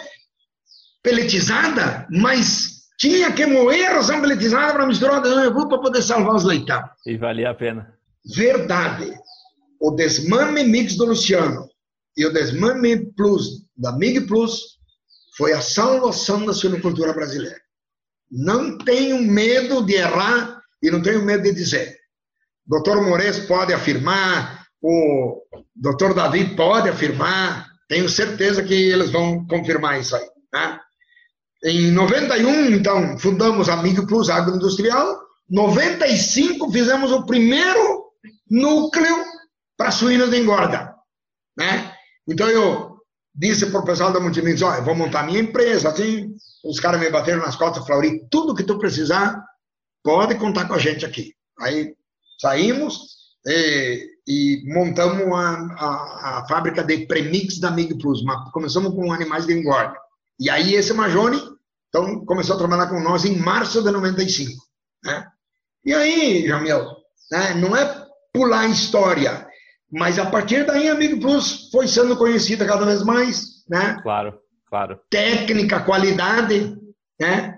peletizada, mas tinha que moer a ração peletizada para misturar para poder salvar os leitão. E valia a pena. Verdade. O Desmame Mix do Luciano e o Desmame Plus da Mig Plus foi a salvação da suinocultura brasileira. Não tenho medo de errar e não tenho medo de dizer. O doutor Moraes pode afirmar, o doutor Davi pode afirmar, tenho certeza que eles vão confirmar isso aí. Né? Em noventa e um, então, fundamos a Mig Plus Agroindustrial. Em noventa e cinco, fizemos o primeiro núcleo para suínos de engorda. Né? Então, eu disse para o pessoal da Multimix, ó, eu vou montar minha empresa, assim, os caras me bateram nas costas e falaram, tudo que tu precisar, pode contar com a gente aqui. Aí saímos e, e montamos a, a, a fábrica de premix da Mig Plus, mas começamos com animais de engorda. E aí esse Majone, então, começou a trabalhar com nós em março de noventa e cinco. Né? E aí, Jamil, né, não é pular a história, mas a partir daí a Mig Plus foi sendo conhecida cada vez mais, né? Claro, claro. Técnica, qualidade, né?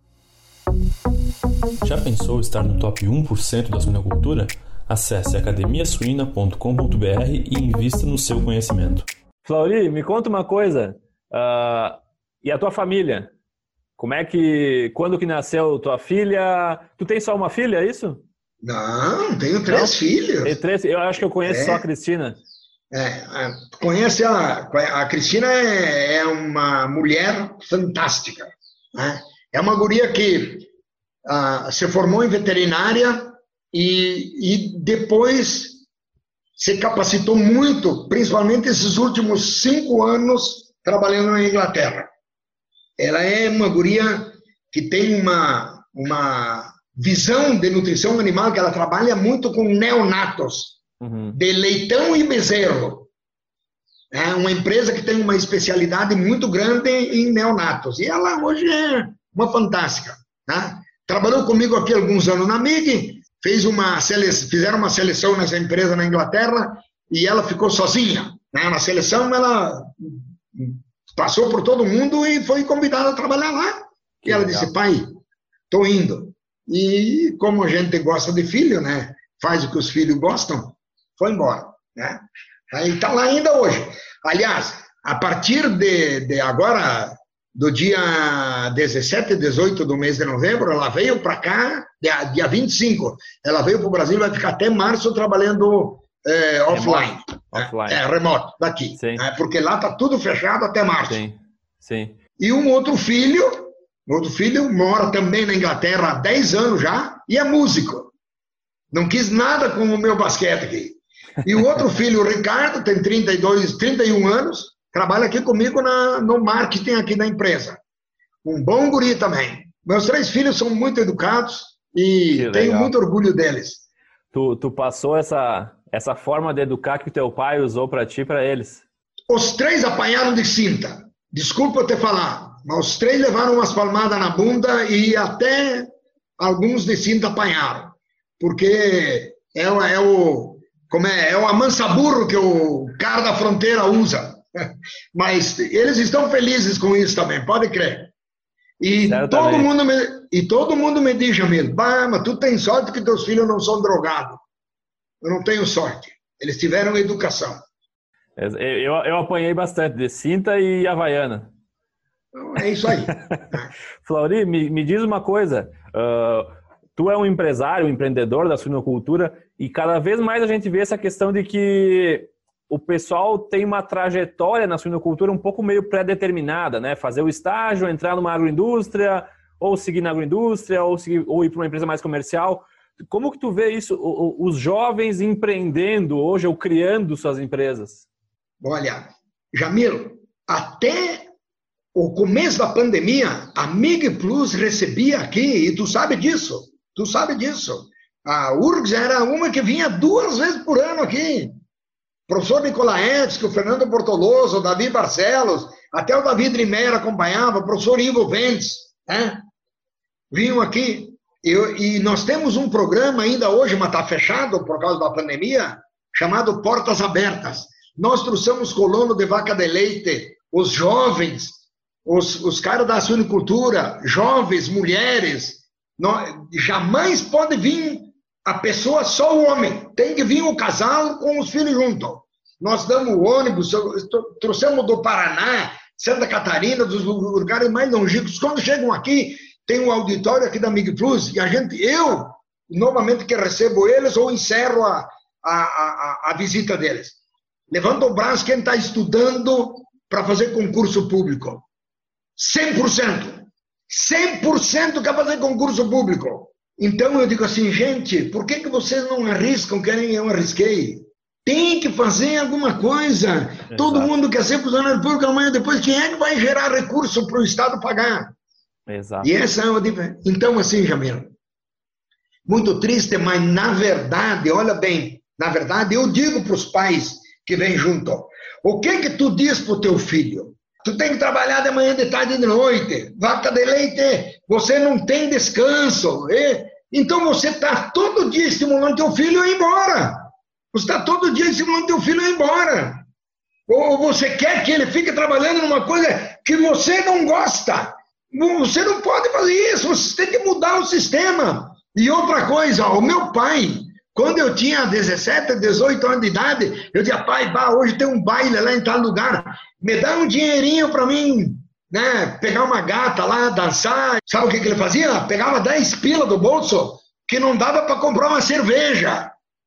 Já pensou estar no top um por cento da suinocultura? Acesse academia suina ponto com ponto b r e invista no seu conhecimento. Flaury, me conta uma coisa. Uh, e a tua família? Como é que... Quando que nasceu tua filha? Tu tem só uma filha, é isso? Não, tenho três Não? filhos. Tem três? Eu acho que eu conheço é. só a Cristina. É, conhece a... A Cristina é, é uma mulher fantástica. Né? É uma guria que uh, se formou em veterinária e, e depois se capacitou muito, principalmente esses últimos cinco anos trabalhando na Inglaterra. Ela é uma guria que tem uma, uma visão de nutrição animal, que ela trabalha muito com neonatos, uhum. de leitão e bezerro. É uma empresa que tem uma especialidade muito grande em neonatos. E ela hoje é uma fantástica. Né? Trabalhou comigo aqui alguns anos na Mig, fez uma sele... fizeram uma seleção nessa empresa na Inglaterra e ela ficou sozinha. Né? Na seleção ela passou por todo mundo e foi convidada a trabalhar lá. Que e ela legal. Disse, pai, estou indo. E como a gente gosta de filho, né? Faz o que os filhos gostam, foi embora. Né? Aí está lá ainda hoje. Aliás, a partir de, de agora, do dia dezessete, dezoito do mês de novembro, ela veio para cá, dia, dia vinte e cinco, ela veio para o Brasil, vai ficar até março trabalhando é, offline. Offline. É, remoto, daqui. É, porque lá está tudo fechado até março. Sim, sim. E um outro filho, outro filho mora também na Inglaterra há dez anos já, e é músico. Não quis nada com o meu basquete aqui. E o outro filho, o Ricardo, tem trinta e dois, trinta e um anos, trabalha aqui comigo na, no marketing aqui da empresa. Um bom guri também. Meus três filhos são muito educados e tenho muito orgulho deles. Tu, tu passou essa, essa forma de educar que o teu pai usou para ti, para eles? Os três apanharam de cinta. Desculpa eu te falar. Mas os três levaram umas palmadas na bunda e até alguns de cinta apanharam. Porque é, é o... Como é? É o amansa-burro que o cara da fronteira usa. Mas eles estão felizes com isso também, pode crer. E todo, mundo me, e todo mundo me diz, Jamil, bah, mas tu tem sorte que teus filhos não são drogados. Eu não tenho sorte. Eles tiveram educação. Eu, eu, eu apanhei bastante de cinta e havaiana. Então, é isso aí. Flaury, me, me diz uma coisa. Uh, tu é um empresário, um empreendedor da suinocultura e cada vez mais a gente vê essa questão de que o pessoal tem uma trajetória na suinocultura um pouco meio pré-determinada, né? Fazer o estágio, entrar numa agroindústria, ou seguir na agroindústria, ou, seguir, ou ir para uma empresa mais comercial. Como que tu vê isso, os jovens empreendendo hoje ou criando suas empresas? Olha, Jamil, até o começo da pandemia, a Mig Plus recebia aqui, e tu sabe disso, tu sabe disso. A U R G S era uma que vinha duas vezes por ano aqui. O professor Nicolaetti, o Fernando Bortoloso, o Davi Barcelos, até o Davi Drimer acompanhava, o professor Ivo Ventes, né? Vinham aqui. Eu, e nós temos um programa ainda hoje, mas está fechado por causa da pandemia, chamado Portas Abertas. Nós trouxemos colono de vaca de leite, os jovens, os, os caras da suinocultura, jovens, mulheres. Nós, jamais pode vir a pessoa, só o homem. Tem que vir o casal com os filhos junto. Nós damos ônibus, trouxemos do Paraná, Santa Catarina, dos lugares mais longínquos. Quando chegam aqui, tem um auditório aqui da Mig Plus, e a gente, eu, normalmente que recebo eles, ou encerro a, a, a, a visita deles. Levanta o braço quem está estudando para fazer concurso público. cem por cento. cem por cento quer fazer concurso público. Então eu digo assim, gente, por que, que vocês não arriscam que nem eu arrisquei? Tem que fazer alguma coisa. Exato. Todo mundo quer ser funcionário público, amanhã depois, quem é que vai gerar recurso para o Estado pagar? Exato. E essa é a diferença. Então, assim, Jamil, muito triste, mas na verdade, olha bem, na verdade, eu digo para os pais que vêm junto, o que que tu diz para o teu filho? Tu tem que trabalhar de manhã, de tarde e de noite. Vaca de leite, você não tem descanso. E, então você está todo dia estimulando teu filho a ir embora. Você está todo dia estimulando teu filho a ir embora. Ou você quer que ele fique trabalhando numa coisa que você não gosta. Você não pode fazer isso, você tem que mudar o sistema. E outra coisa, o meu pai, quando eu tinha dezessete, dezoito anos de idade, eu dizia, pai, bah, hoje tem um baile lá em tal lugar, me dá um dinheirinho para mim, né, pegar uma gata lá, dançar. Sabe o que, que ele fazia? Pegava dez pila do bolso, que não dava para comprar uma cerveja,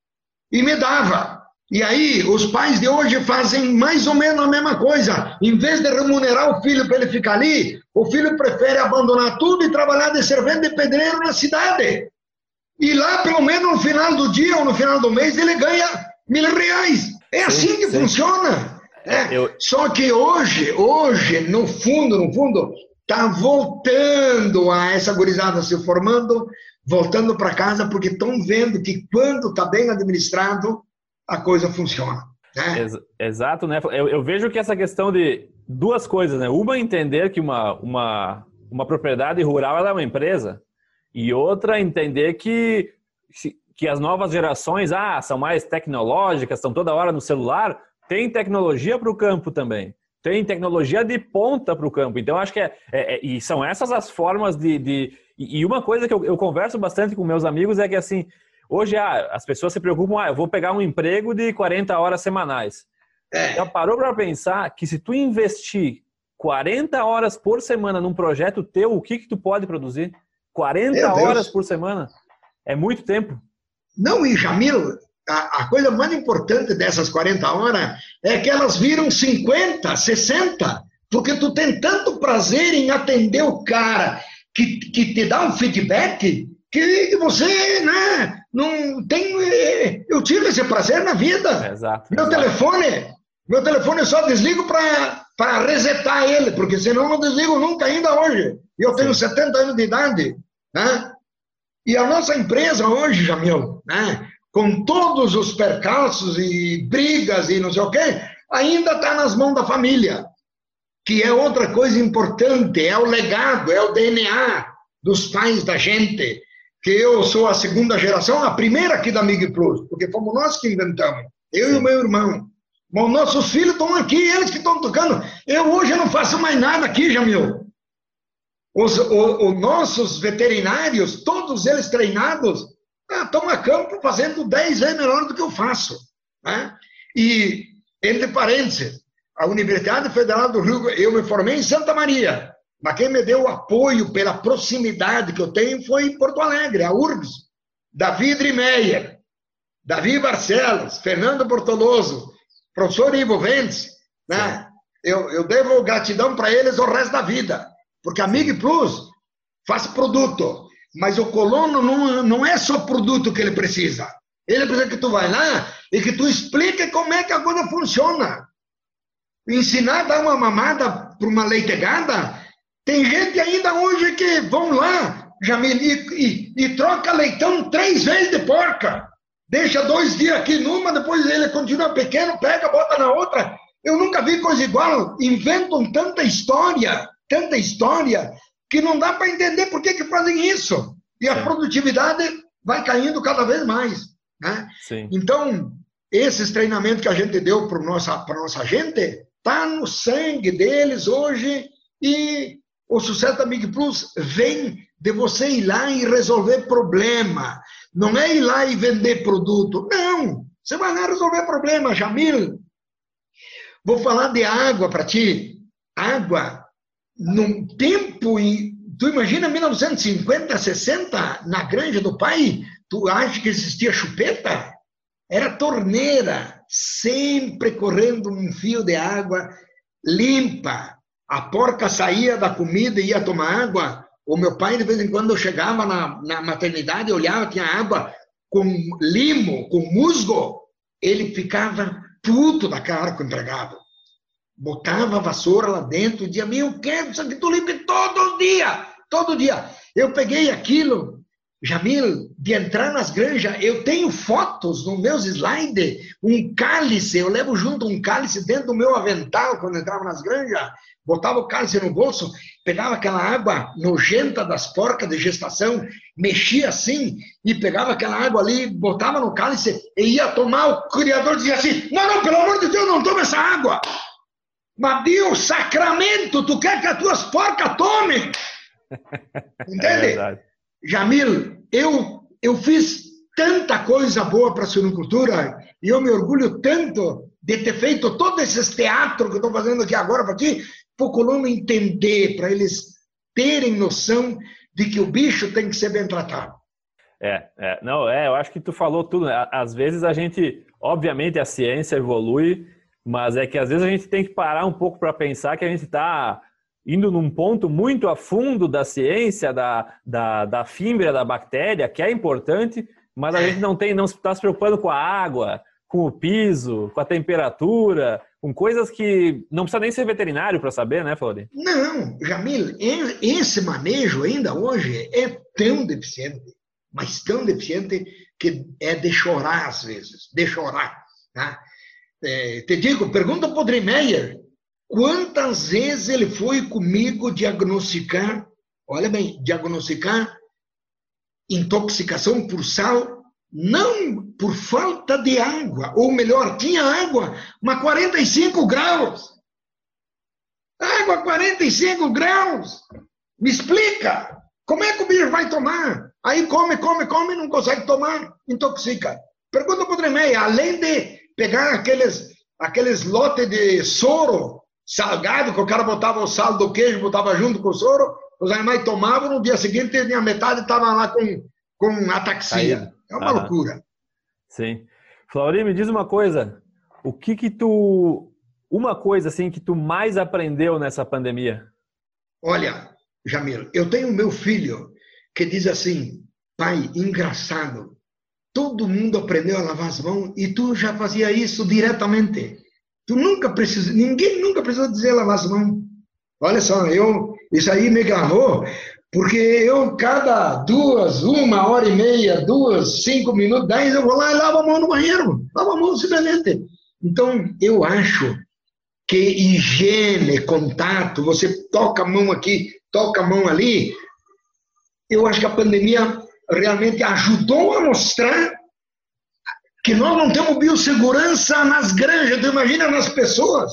e me dava. E aí, os pais de hoje fazem mais ou menos a mesma coisa. Em vez de remunerar o filho para ele ficar ali, o filho prefere abandonar tudo e trabalhar de servente de pedreiro na cidade. E lá, pelo menos no final do dia ou no final do mês, ele ganha mil reais. É sim, assim que sim. funciona. É. Eu... Só que hoje, hoje, no fundo, no fundo, está voltando a essa gurizada se formando, voltando para casa, porque estão vendo que quando está bem administrado, a coisa funciona. Né? Ex exato, né? Eu, eu vejo que essa questão de duas coisas, né? Uma, entender que uma, uma, uma propriedade rural ela é uma empresa, e outra, entender que, que as novas gerações ah, são mais tecnológicas, estão toda hora no celular, tem tecnologia para o campo também. Tem tecnologia de ponta para o campo. Então, acho que é, é, é... E são essas as formas de... de e uma coisa que eu, eu converso bastante com meus amigos é que, assim, hoje ah, as pessoas se preocupam, ah, eu vou pegar um emprego de quarenta horas semanais. É. Já parou para pensar que se tu investir quarenta horas por semana num projeto teu, o que que tu pode produzir? quarenta horas por semana? É muito tempo. Não, e Jamil, a, a coisa mais importante dessas quarenta horas é que elas viram cinquenta, sessenta, porque tu tem tanto prazer em atender o cara que, que te dá um feedback que você, né, não tem... Eu tive esse prazer na vida. Exato. Meu exato. telefone, meu telefone eu só desligo para resetar ele, porque senão eu não desligo nunca ainda hoje. E eu tenho Sim. setenta anos de idade, né? E a nossa empresa hoje, Jamil, né, com todos os percalços e brigas e não sei o quê, ainda está nas mãos da família. que é outra coisa importante, é o legado, é o D N A dos pais da gente, que eu sou a segunda geração, a primeira aqui da Mig Plus, porque fomos nós que inventamos, eu Sim. e o meu irmão. Mas nossos filhos estão aqui, eles que estão tocando. Eu hoje não faço mais nada aqui, Jamil. Os, o, os nossos veterinários, todos eles treinados, estão a campo fazendo dez vezes melhor do que eu faço. Né? E, entre parênteses, a Universidade Federal do Rio, eu me formei em Santa Maria, mas quem me deu o apoio pela proximidade que eu tenho foi em Porto Alegre, a U R G S, Davi Dremeyer, Davi Barcelos, Fernando Bortoloso, professor Ivo Ventes, né? eu, eu devo gratidão para eles o resto da vida, porque a Mig Plus faz produto, mas o colono não, não é só produto que ele precisa, ele precisa que tu vai lá e que tu explique como é que a coisa funciona. Ensinar a dar uma mamada para uma leitegada, tem gente ainda hoje que vão lá, Jamil, e, e, e troca leitão três vezes de porca. Deixa dois dias aqui numa, depois ele continua pequeno, pega, bota na outra. Eu nunca vi coisa igual. Inventam tanta história, tanta história, que não dá para entender por que, que fazem isso. E a produtividade vai caindo cada vez mais. Né? Sim. Então, esses treinamentos que a gente deu para a nossa, nossa gente, está no sangue deles hoje, e o sucesso da Mig Plus vem de você ir lá e resolver problema. Não é ir lá e vender produto. Não, você vai lá resolver problema, Jamil. Vou falar de água para ti. Água, num tempo, tu imagina mil novecentos e cinquenta, sessenta, na granja do pai, tu acha que existia chupeta? Era torneira, sempre correndo um fio de água limpa. A porca saía da comida e ia tomar água. O meu pai, de vez em quando, eu chegava na, na maternidade, olhava, tinha água com limo, com musgo. Ele ficava puto da cara com o empregado. Botava a vassoura lá dentro e dizia, meu, quero isso aqui, tu limpe todo dia, todo dia. Eu peguei aquilo, Jamil, de entrar nas granjas, eu tenho fotos nos meus slides, um cálice, eu levo junto um cálice dentro do meu avental quando entrava nas granjas, botava o cálice no bolso, pegava aquela água nojenta das porcas de gestação, mexia assim, e pegava aquela água ali, botava no cálice e ia tomar, o criador dizia assim, não, não, pelo amor de Deus, não toma essa água. Mas Deus, sacramento, tu quer que as tuas porcas tomem? Entende? É Jamil, eu, eu fiz tanta coisa boa para a suinocultura e eu me orgulho tanto de ter feito todos esses teatros que eu estou fazendo aqui agora para ti, para o colono entender, para eles terem noção de que o bicho tem que ser bem tratado. É, é, não, é, eu acho que tu falou tudo, né? Às vezes a gente, obviamente a ciência evolui, mas é que às vezes a gente tem que parar um pouco para pensar que a gente está indo num ponto muito a fundo da ciência, da, da, da fímbria da bactéria, que é importante, mas a gente não tem, não está se preocupando com a água, com o piso, com a temperatura, com coisas que não precisa nem ser veterinário para saber, né, Flori? Não, Jamil, esse manejo ainda hoje é tão deficiente, mas tão deficiente que é de chorar às vezes, de chorar. Tá? É, te digo, pergunta para o Dremeyer, quantas vezes ele foi comigo diagnosticar, olha bem, diagnosticar intoxicação por sal, não por falta de água, ou melhor, tinha água, mas quarenta e cinco graus. Água quarenta e cinco graus. Me explica, como é que o bicho vai tomar? Aí come, come, come, não consegue tomar, intoxica. Pergunta para o Dremeyer, além de pegar aqueles, aqueles lotes de soro salgado, que o cara botava o sal do queijo, botava junto com o soro, os animais tomavam, no dia seguinte a metade estava lá com, com ataxia. Aí, é uma ah, loucura. Sim. Flaury, me diz uma coisa, o que que tu, uma coisa assim que tu mais aprendeu nessa pandemia? Olha, Jamil, eu tenho meu filho que diz assim, pai, engraçado, todo mundo aprendeu a lavar as mãos e tu já fazia isso diretamente. Tu nunca precisa, ninguém nunca precisou dizer lavar as mãos. Olha só, eu, isso aí me agarrou, porque eu, cada duas, uma hora e meia, duas, cinco minutos, dez, eu vou lá e lavo a mão no banheiro. Lavo a mão simplesmente. Então, eu acho que higiene, contato, você toca a mão aqui, toca a mão ali. Eu acho que a pandemia realmente ajudou a mostrar que nós não temos biossegurança nas granjas, tu imagina nas pessoas.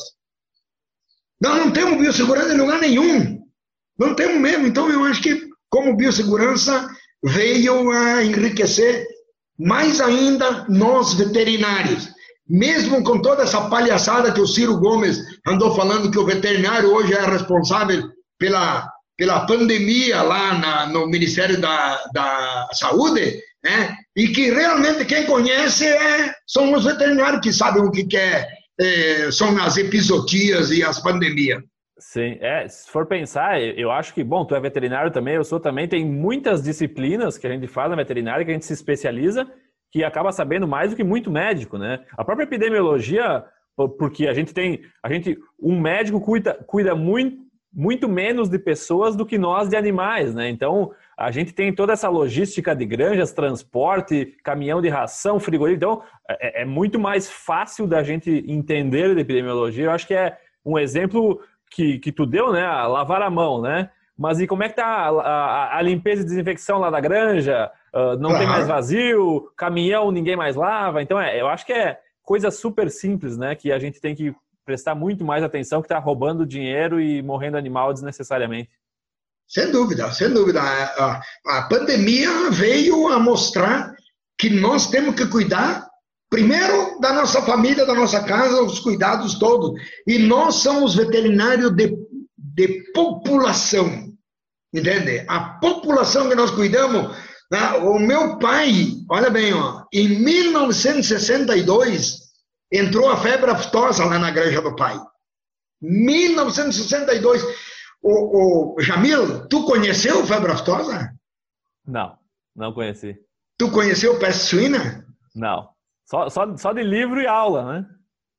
Nós não temos biossegurança em lugar nenhum. Não temos mesmo. Então eu acho que como biossegurança veio a enriquecer mais ainda nós veterinários. Mesmo com toda essa palhaçada que o Ciro Gomes andou falando que o veterinário hoje é responsável pela, pela pandemia lá na, no Ministério da, da Saúde, né? E que realmente quem conhece é, são os veterinários que sabem o que, que é, é, são as episodias e as pandemias. Sim, é, se for pensar, eu acho que, bom, tu é veterinário também, eu sou também, tem muitas disciplinas que a gente faz na veterinária, que a gente se especializa, que acaba sabendo mais do que muito médico, né? A própria epidemiologia, porque a gente tem, a gente, um médico cuida, cuida muito, muito menos de pessoas do que nós de animais, né? Então, a gente tem toda essa logística de granjas, transporte, caminhão de ração, frigorífico, então é, é muito mais fácil da gente entender de epidemiologia. Eu acho que é um exemplo que, que tu deu, né? A lavar a mão, né? Mas e como é que tá a, a, a limpeza e desinfecção lá da granja? Uh, não claro. Tem mais vazio, caminhão ninguém mais lava. Então, é, eu acho que é coisa super simples, né? Que a gente tem que prestar muito mais atenção, que está roubando dinheiro e morrendo animal desnecessariamente. Sem dúvida, sem dúvida. A, a, a pandemia veio a mostrar que nós temos que cuidar primeiro da nossa família, da nossa casa, os cuidados todos. E nós somos veterinários de, de população, entende? A população que nós cuidamos, né? O meu pai, olha bem, ó, em mil novecentos e sessenta e dois entrou a febre aftosa lá na granja do pai. mil novecentos e sessenta e dois. O, o Jamil, tu conheceu febre aftosa? Não, não conheci. Tu conheceu peste suína? Não. Só, só, só de livro e aula, né?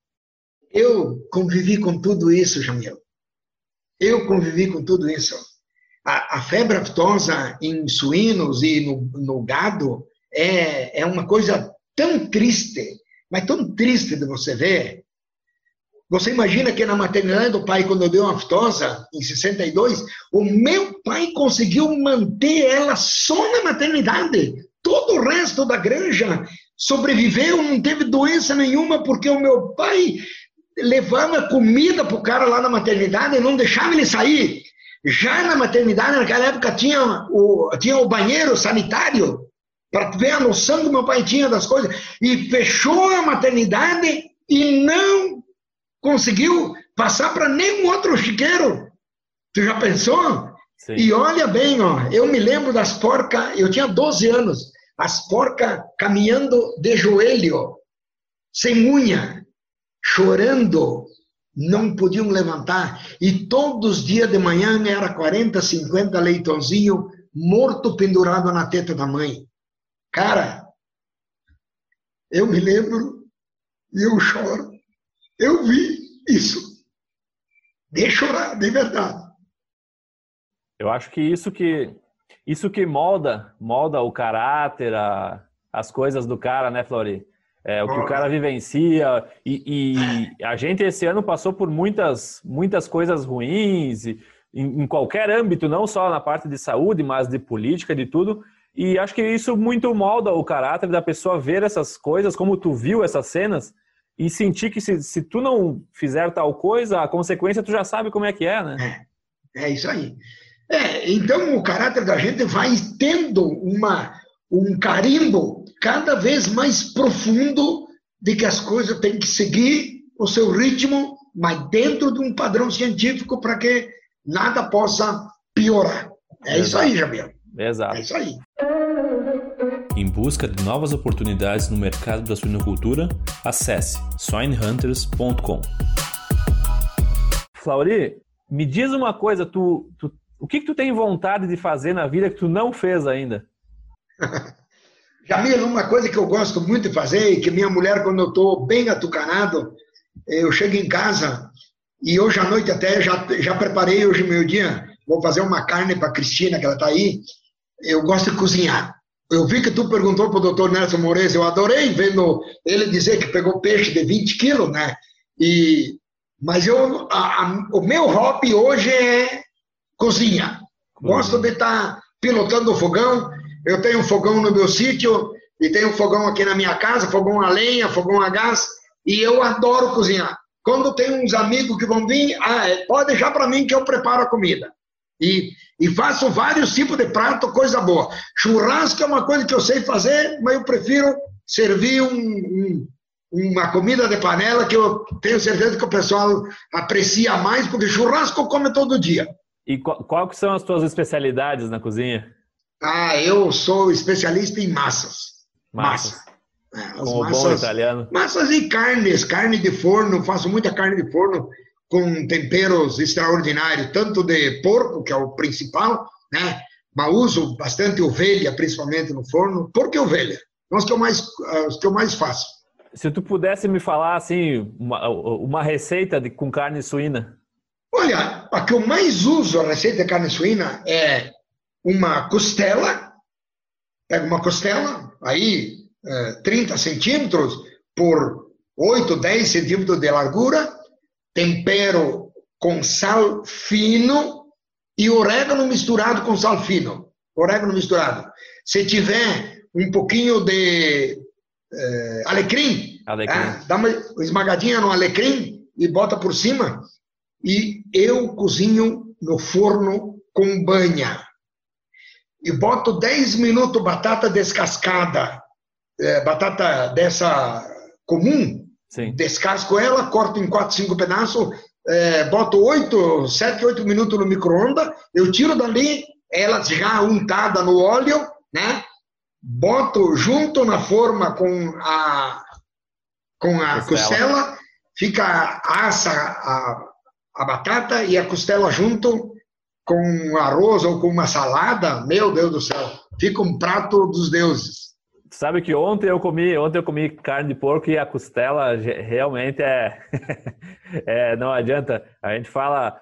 Eu convivi com tudo isso, Jamil. Eu convivi com tudo isso. A, a febre aftosa em suínos e no, no gado é, é uma coisa tão triste, mas tão triste de você ver. Você imagina que na maternidade do pai, quando deu a aftosa, em sessenta e dois, o meu pai conseguiu manter ela só na maternidade. Todo o resto da granja sobreviveu, não teve doença nenhuma, porque o meu pai levava comida para o cara lá na maternidade e não deixava ele sair. Já na maternidade, naquela época, tinha o, tinha o banheiro sanitário, para ver a noção que meu pai tinha das coisas. E fechou a maternidade e não conseguiu passar para nenhum outro chiqueiro. Tu já pensou? Sim. E olha bem, ó, eu me lembro das porcas, eu tinha doze anos, as porcas caminhando de joelho, sem unha, chorando, não podiam levantar. E todos os dias de manhã era quarenta, cinquenta leitãozinho morto pendurado na teta da mãe. Cara, eu me lembro e eu choro. Eu vi isso. De chorar, de verdade. Eu acho que isso que, isso que molda, molda o caráter, a, as coisas do cara, né, Flori? É, o que o cara vivencia. E, e a gente esse ano passou por muitas, muitas coisas ruins, e, em, em qualquer âmbito, não só na parte de saúde, mas de política, de tudo. E acho que isso muito molda o caráter da pessoa ver essas coisas, como tu viu essas cenas, e sentir que se, se tu não fizer tal coisa, a consequência tu já sabe como é que é, né? É, é isso aí. É, então o caráter da gente vai tendo uma, um carimbo cada vez mais profundo de que as coisas têm que seguir o seu ritmo, mas dentro de um padrão científico para que nada possa piorar. É Exato. Isso aí, Jamil. Exato. É isso aí. Em busca de novas oportunidades no mercado da suinocultura, acesse swine hunters ponto com. Flaury, me diz uma coisa, tu, tu, o que, que tu tem vontade de fazer na vida que tu não fez ainda? Jamil, uma coisa que eu gosto muito de fazer e que minha mulher, quando eu estou bem atucanado, eu chego em casa e hoje à noite até já, já preparei hoje meu dia, vou fazer uma carne para a Cristina, que ela está aí. Eu gosto de cozinhar. Eu vi que tu perguntou para o doutor Nelson Moraes, eu adorei vendo ele dizer que pegou peixe de vinte quilos, né? E Mas eu, a, a, o meu hobby hoje é cozinha. Gosto de estar pilotando o fogão. Eu tenho um fogão no meu sítio e tenho um fogão aqui na minha casa, fogão a lenha, fogão a gás, e eu adoro cozinhar. Quando tem uns amigos que vão vir, ah, pode deixar para mim que eu preparo a comida. E, e faço vários tipos de prato, coisa boa. Churrasco é uma coisa que eu sei fazer, mas eu prefiro servir um, um, uma comida de panela que eu tenho certeza que o pessoal aprecia mais, porque churrasco come todo dia. E qual, qual que são as tuas especialidades na cozinha? Ah, eu sou especialista em massas. Massas. Massa. É, as Como massas, bom italiano. Massas e carnes, carne de forno, faço muita carne de forno com temperos extraordinários, tanto de porco, que é o principal, né? Mas uso bastante ovelha, principalmente no forno. Porco e ovelha, são os que eu mais, os que eu mais faço. Se tu pudesse me falar, assim, uma, uma receita de, com carne suína. Olha, a que eu mais uso, a receita de carne suína, é uma costela. Pega uma costela, aí é, trinta centímetros por oito, dez centímetros de largura, tempero com sal fino e orégano misturado com sal fino. Orégano misturado. Se tiver um pouquinho de é, alecrim, alecrim. É, dá uma esmagadinha no alecrim e bota por cima. E eu cozinho no forno com banha. E boto dez minutos batata descascada, é, batata dessa comum. Sim. Descasco ela, corto em quatro, cinco pedaços, é, boto oito, sete, oito minutos no micro-ondas, eu tiro dali, ela já untada no óleo, né? Boto junto na forma com a, com a costela. costela, fica assa a, a batata e a costela junto com arroz ou com uma salada, meu Deus do céu, fica um prato dos deuses. Sabe que ontem eu comi, ontem eu comi carne de porco e a costela realmente é, é não adianta. A gente fala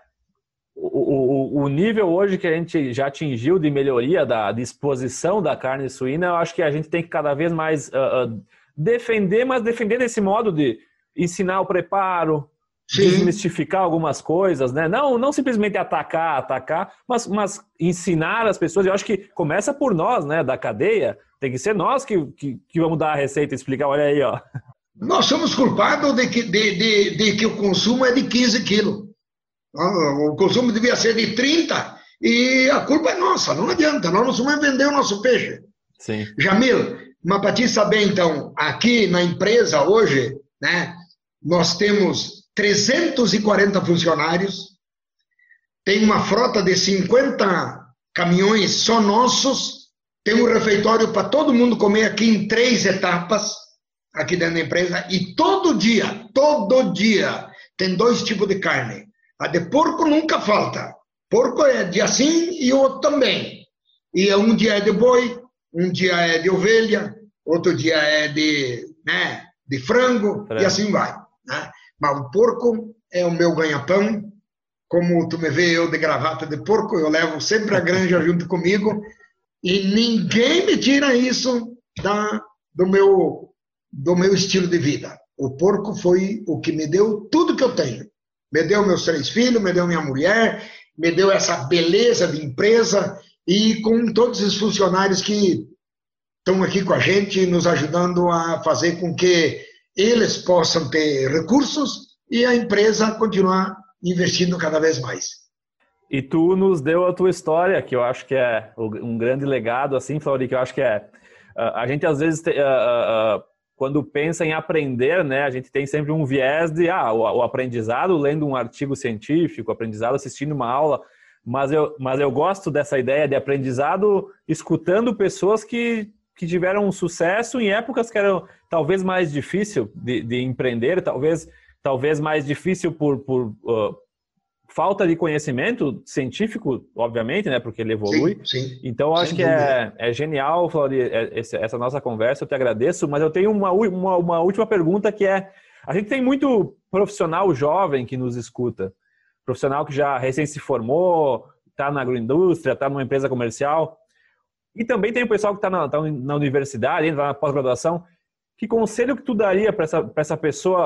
o, o, o nível hoje que a gente já atingiu de melhoria da disposição da carne suína, eu acho que a gente tem que cada vez mais uh, uh, defender, mas defender nesse modo de ensinar o preparo, Sim. desmistificar algumas coisas, né? Não, não simplesmente atacar, atacar, mas, mas ensinar as pessoas. Eu acho que começa por nós, né? Da cadeia, tem que ser nós que, que, que vamos dar a receita e explicar. Olha aí, ó. Nós somos culpados de que, de, de, de que o consumo é de quinze quilos. O consumo devia ser de trinta e a culpa é nossa, não adianta. Nós não somos vender o nosso peixe. Sim. Jamil, mas para te saber, então, aqui na empresa hoje, né? Nós temos trezentos e quarenta funcionários, tem uma frota de cinquenta caminhões só nossos, tem um refeitório para todo mundo comer aqui em três etapas, aqui dentro da empresa, e todo dia, todo dia, tem dois tipos de carne. A de porco nunca falta. Porco é dia sim e o outro também. E um dia é de boi, um dia é de ovelha, outro dia é de, né, de frango, é. E assim vai. Né? Mas o porco é o meu ganha-pão. Como tu me vê eu de gravata de porco, eu levo sempre a granja junto comigo e ninguém me tira isso da, do, meu, do meu estilo de vida. O porco foi o que me deu tudo que eu tenho. Me deu meus três filhos, me deu minha mulher, me deu essa beleza de empresa e com todos os funcionários que estão aqui com a gente, nos ajudando a fazer com que eles possam ter recursos e a empresa continuar investindo cada vez mais. E tu nos deu a tua história, que eu acho que é um grande legado, assim, Flori, que eu acho que é... A gente, às vezes, quando pensa em aprender, né, a gente tem sempre um viés de ah, o aprendizado lendo um artigo científico, o aprendizado assistindo uma aula, mas eu, mas eu gosto dessa ideia de aprendizado escutando pessoas que, que tiveram um sucesso em épocas que eram talvez mais difícil de, de empreender, talvez... talvez mais difícil por, por uh, falta de conhecimento científico, obviamente, né, porque ele evolui. Sim, sim. Então, eu acho Sem que é, é genial, Flori, essa nossa conversa, eu te agradeço, mas eu tenho uma, uma, uma última pergunta que é, a gente tem muito profissional jovem que nos escuta, profissional que já recém se formou, está na agroindústria, está numa empresa comercial, e também tem o pessoal que está na, tá na universidade, está na pós-graduação. Que conselho que tu daria para essa, para essa pessoa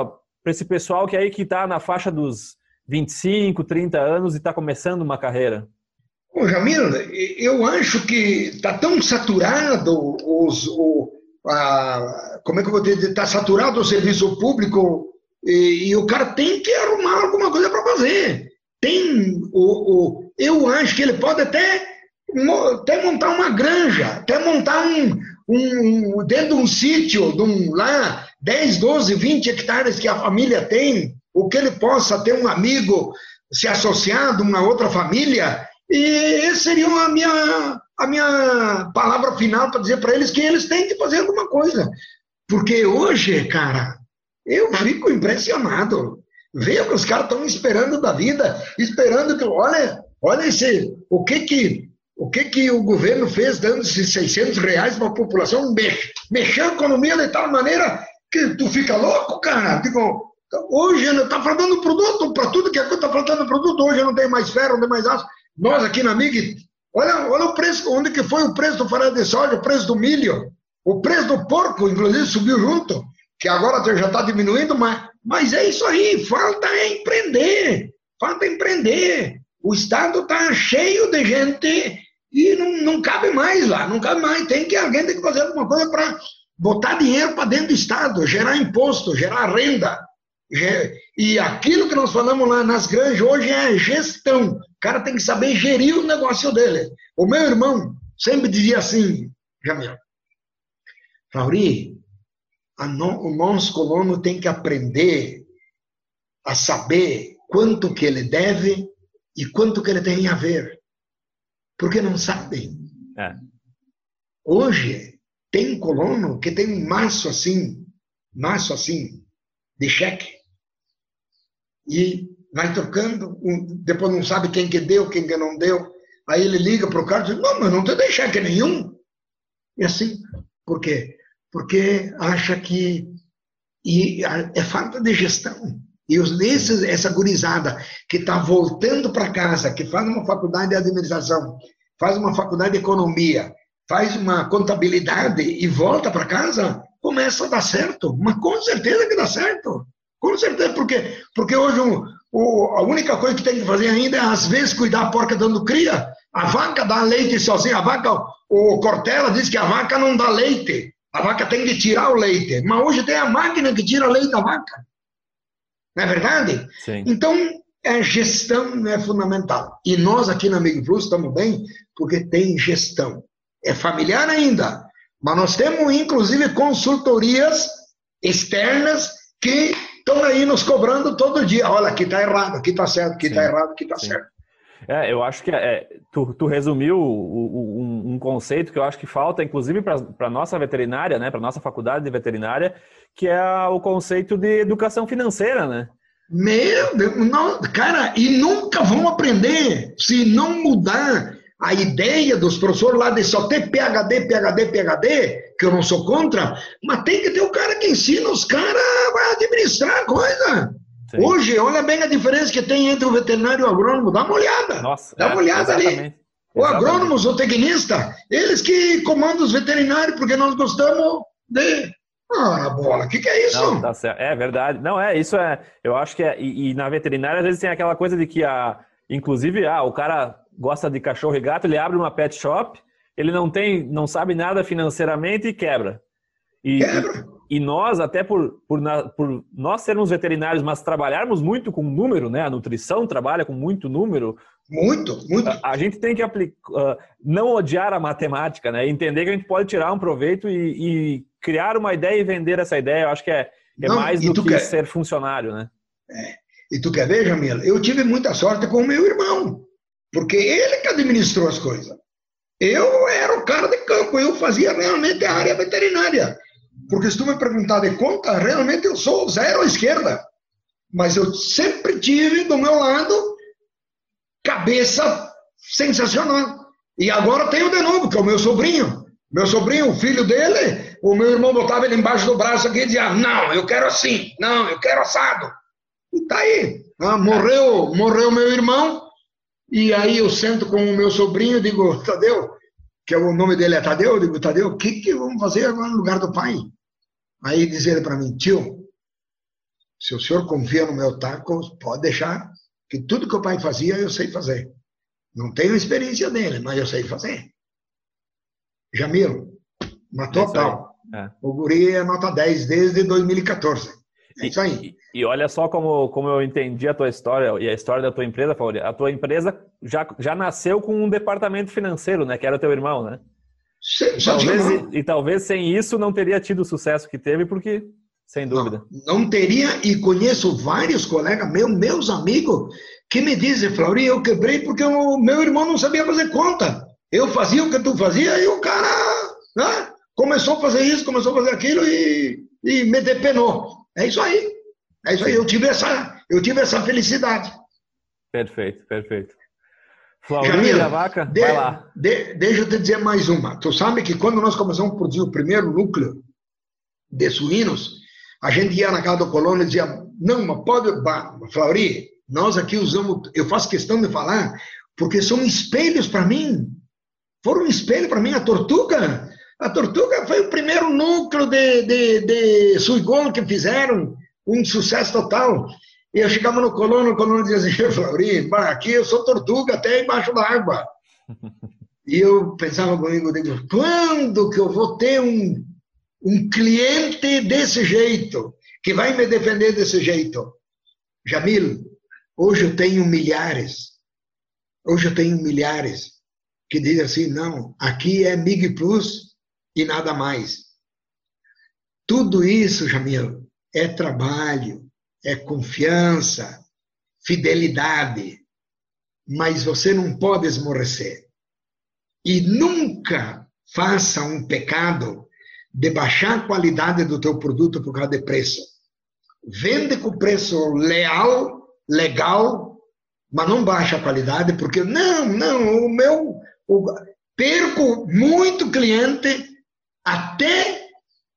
para esse pessoal que aí que está na faixa dos vinte e cinco, trinta anos e está começando uma carreira? Ô, Jamil, eu acho que está tão saturado os, o, a, como é que eu vou dizer, está saturado o serviço público e, e o cara tem que arrumar alguma coisa para fazer. Tem o, o, eu acho que ele pode até, até montar uma granja, até montar um, um dentro de um sítio, de um, lá, dez, doze, vinte hectares que a família tem, ou que ele possa ter um amigo se associar de uma outra família. E essa seria a minha, a minha palavra final para dizer para eles que eles têm que fazer alguma coisa. Porque hoje, cara, eu fico impressionado. Veja o que os caras estão esperando da vida, esperando que, olha, olha esse, o que que, o que que o governo fez dando esses seiscentos reais para a população, mex, mexer a economia de tal maneira que tu fica louco, cara. Digo, hoje está faltando produto, para tudo que está faltando produto, hoje não tem mais ferro, não tem mais aço. Nós aqui na M I G, olha, olha o preço, onde que foi o preço do farelo de soja, o preço do milho, o preço do porco, inclusive, subiu junto, que agora já está diminuindo, mas, mas é isso aí, falta é empreender, falta empreender. O Estado está cheio de gente e não, não cabe mais lá, não cabe mais, tem que, alguém tem que fazer alguma coisa para botar dinheiro para dentro do Estado, gerar imposto, gerar renda. E aquilo que nós falamos lá nas granjas hoje é gestão. O cara tem que saber gerir o negócio dele. O meu irmão sempre dizia assim, Jamil, Flaury, no, o nosso colono tem que aprender a saber quanto que ele deve e quanto que ele tem a ver. Porque não sabem. É. Hoje tem colono que tem um maço assim, maço assim, de cheque. E vai trocando, um, depois não sabe quem que deu, quem que não deu. Aí ele liga para o cara e diz, não, mas não te dei cheque nenhum. E assim, por quê? Porque acha que e é falta de gestão. E os, esses, essa gurizada que está voltando para casa, que faz uma faculdade de administração, faz uma faculdade de economia, faz uma contabilidade e volta para casa, começa a dar certo. Mas com certeza que dá certo. Com certeza, porque, porque hoje o, o, a única coisa que tem que fazer ainda é, às vezes, cuidar a porca dando cria. A vaca dá leite sozinha. A vaca, o Cortella diz que a vaca não dá leite. A vaca tem que tirar o leite. Mas hoje tem a máquina que tira o leite da vaca. Não é verdade? Sim. Então, a gestão é fundamental. E nós aqui na Amigo Plus estamos bem porque tem gestão. É familiar ainda. Mas nós temos, inclusive, consultorias externas que estão aí nos cobrando todo dia. Olha, aqui está errado, aqui está certo, aqui está errado, aqui está certo. É, eu acho que é, tu, tu resumiu o, o, um, um conceito que eu acho que falta, inclusive, para a nossa veterinária, né, para a nossa faculdade de veterinária, que é o conceito de educação financeira, né? Meu Deus, não, cara, e nunca vão aprender se não mudar a ideia dos professores lá de só ter P H D, P H D, P H D, que eu não sou contra, mas tem que ter o cara que ensina os caras a administrar a coisa. Sim. Hoje, olha bem a diferença que tem entre o veterinário e o agrônomo. Dá uma olhada. Nossa, Dá uma é, olhada exatamente. ali. O agrônomo, o tecnista, eles que comandam os veterinários, porque nós gostamos de... Ah, bola, o que, que é isso? Não, tá certo. É verdade. Não, é, isso é... Eu acho que é... E, e na veterinária, às vezes, tem aquela coisa de que, a, inclusive, ah, o cara gosta de cachorro e gato, ele abre uma pet shop, ele não tem, não sabe nada financeiramente e quebra. E, quebra. E, e nós, até por, por, na, por nós sermos veterinários, mas trabalharmos muito com número, né? A nutrição trabalha com muito número. Muito, muito. A, a gente tem que aplicar, uh, não odiar a matemática, né? Entender que a gente pode tirar um proveito e, e criar uma ideia e vender essa ideia. Eu acho que é, é não, mais do que quer... ser funcionário, né? É. E tu quer ver, Jamil? Eu tive muita sorte com o meu irmão, porque ele que administrou as coisas. Eu era o cara de campo, eu fazia realmente a área veterinária. Porque se tu me perguntar de conta, realmente eu sou zero à esquerda. Mas eu sempre tive do meu lado cabeça sensacional. E agora tenho de novo, que é o meu sobrinho. Meu sobrinho, o filho dele, o meu irmão botava ele embaixo do braço aqui e dizia, não, eu quero assim, não, eu quero assado. E tá aí. Ah, morreu, morreu meu irmão, e aí eu sento com o meu sobrinho e digo, Tadeu, que o nome dele é Tadeu, eu digo, Tadeu, o que, que vamos fazer agora no lugar do pai? Aí diz ele para mim, tio, se o senhor confia no meu taco, pode deixar que tudo que o pai fazia, eu sei fazer. Não tenho experiência dele, mas eu sei fazer. Jamil, matou a pau. É. O guri é nota dez desde dois mil e quatorze. É isso aí. E, e olha só como, como eu entendi a tua história e a história da tua empresa, Flaury. A tua empresa já, já nasceu com um departamento financeiro, né? Que era o teu irmão, né? Sim, e, talvez, e, e talvez sem isso não teria tido o sucesso que teve, porque, sem dúvida. Não, não teria, e conheço vários colegas meus, meus amigos, que me dizem, Flaury, eu quebrei porque o meu irmão não sabia fazer conta. Eu fazia o que tu fazia e o cara, né, começou a fazer isso, começou a fazer aquilo e, e me depenou. É isso aí. É isso aí. Eu tive essa, eu tive essa felicidade. Perfeito, perfeito. Flaury da Vaca, de, vai lá. De, deixa eu te dizer mais uma. Tu sabe que quando nós começamos a produzir o primeiro núcleo de suínos, a gente ia na casa do colono e dizia, não, mas pode, Flaury, nós aqui usamos, eu faço questão de falar, porque são espelhos para mim. Foram um espelho para mim. A Tortuga, a Tortuga foi o primeiro núcleo de, de, de suigol que fizeram, um sucesso total. E eu chegava no colono, o colono dizia assim, Flaury, aqui eu sou Tortuga até embaixo da água. E eu pensava comigo, digo, quando que eu vou ter um, um cliente desse jeito, que vai me defender desse jeito? Jamil, hoje eu tenho milhares, hoje eu tenho milhares que dizem assim, não, aqui é Mig Plus e nada mais. Tudo isso, Jamil, é trabalho, é confiança, fidelidade, mas você não pode esmorecer. E nunca faça um pecado de baixar a qualidade do teu produto por causa de preço. Vende com preço leal, legal, mas não baixa a qualidade, porque não, não, o meu, o, perco muito cliente até,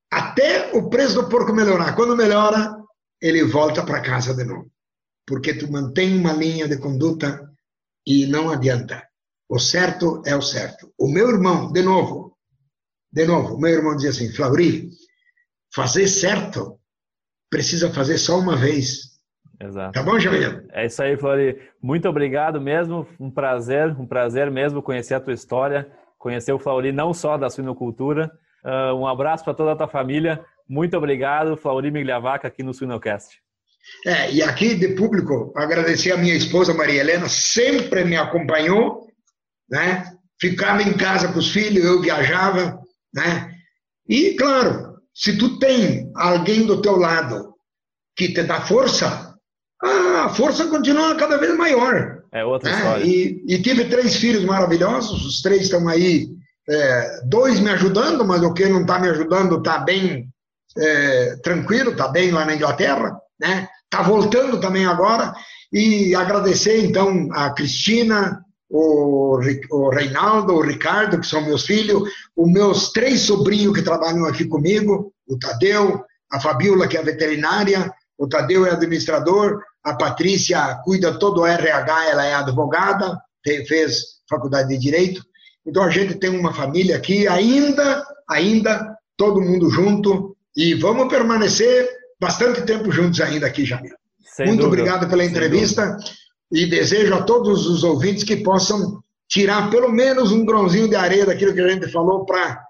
até o preço do porco melhorar. Quando melhora, ele volta para casa de novo, porque tu mantém uma linha de conduta e não adianta. O certo é o certo. O meu irmão, de novo, de novo, o meu irmão dizia assim, Flaury, fazer certo precisa fazer só uma vez. Exato. Tá bom, Jamil? É isso aí, Flaury. Muito obrigado mesmo, um prazer, um prazer mesmo conhecer a tua história, conhecer o Flaury não só da suinocultura. Uh, um abraço para toda a tua família. Muito obrigado, Flaury Migliavaca, aqui no Suinocast. É, e aqui de público, agradecer a minha esposa Maria Helena, sempre me acompanhou, né? Ficava em casa com os filhos, eu viajava, né? E, claro, se tu tem alguém do teu lado que te dá força, a força continua cada vez maior. É outra né? história. E, e tive três filhos maravilhosos, os três estão aí, é, dois me ajudando, mas o que não está me ajudando está bem é, tranquilo, está bem lá na Inglaterra, né? Está voltando também agora. E agradecer, então, a Cristina, o, o Reinaldo, o Ricardo, que são meus filhos, os meus três sobrinhos que trabalham aqui comigo, o Tadeu, a Fabiola, que é veterinária, o Tadeu é administrador, a Patrícia cuida todo o R H, ela é advogada, fez faculdade de Direito. Então a gente tem uma família aqui, ainda, ainda, todo mundo junto, e vamos permanecer bastante tempo juntos ainda aqui, Jamil. Muito dúvida. Obrigado pela entrevista e desejo a todos os ouvintes que possam tirar pelo menos um grãozinho de areia daquilo que a gente falou para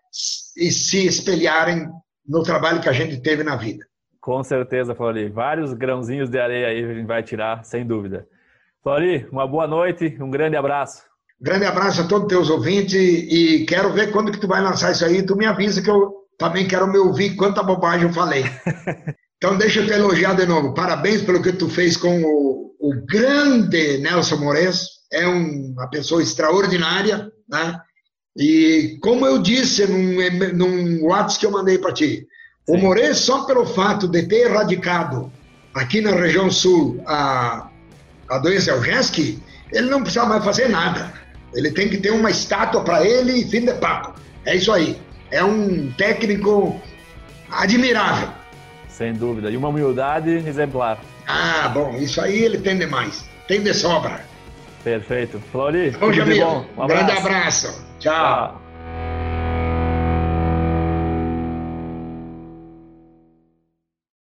se espelharem no trabalho que a gente teve na vida. Com certeza, Flaury. Vários grãozinhos de areia aí a gente vai tirar, sem dúvida. Flaury, uma boa noite, um grande abraço. Grande abraço a todos os teus ouvintes e quero ver quando que tu vai lançar isso aí. Tu me avisa que eu também quero me ouvir quanta bobagem eu falei. Então deixa eu te elogiar de novo. Parabéns pelo que tu fez com o, o grande Nelson Moraes. É um, uma pessoa extraordinária, né? E como eu disse num, num WhatsApp que eu mandei para ti, Sim. O Moraes, só pelo fato de ter erradicado aqui na região sul a, a doença Algeski, ele não precisa mais fazer nada. Ele tem que ter uma estátua para ele e fim de papo. É isso aí. É um técnico admirável. Sem dúvida. E uma humildade exemplar. Ah, bom. Isso aí ele tem demais. Tem de sobra. Perfeito. Flaury, bom, tudo de bom. Um abraço. Grande abraço. Tchau. Tchau.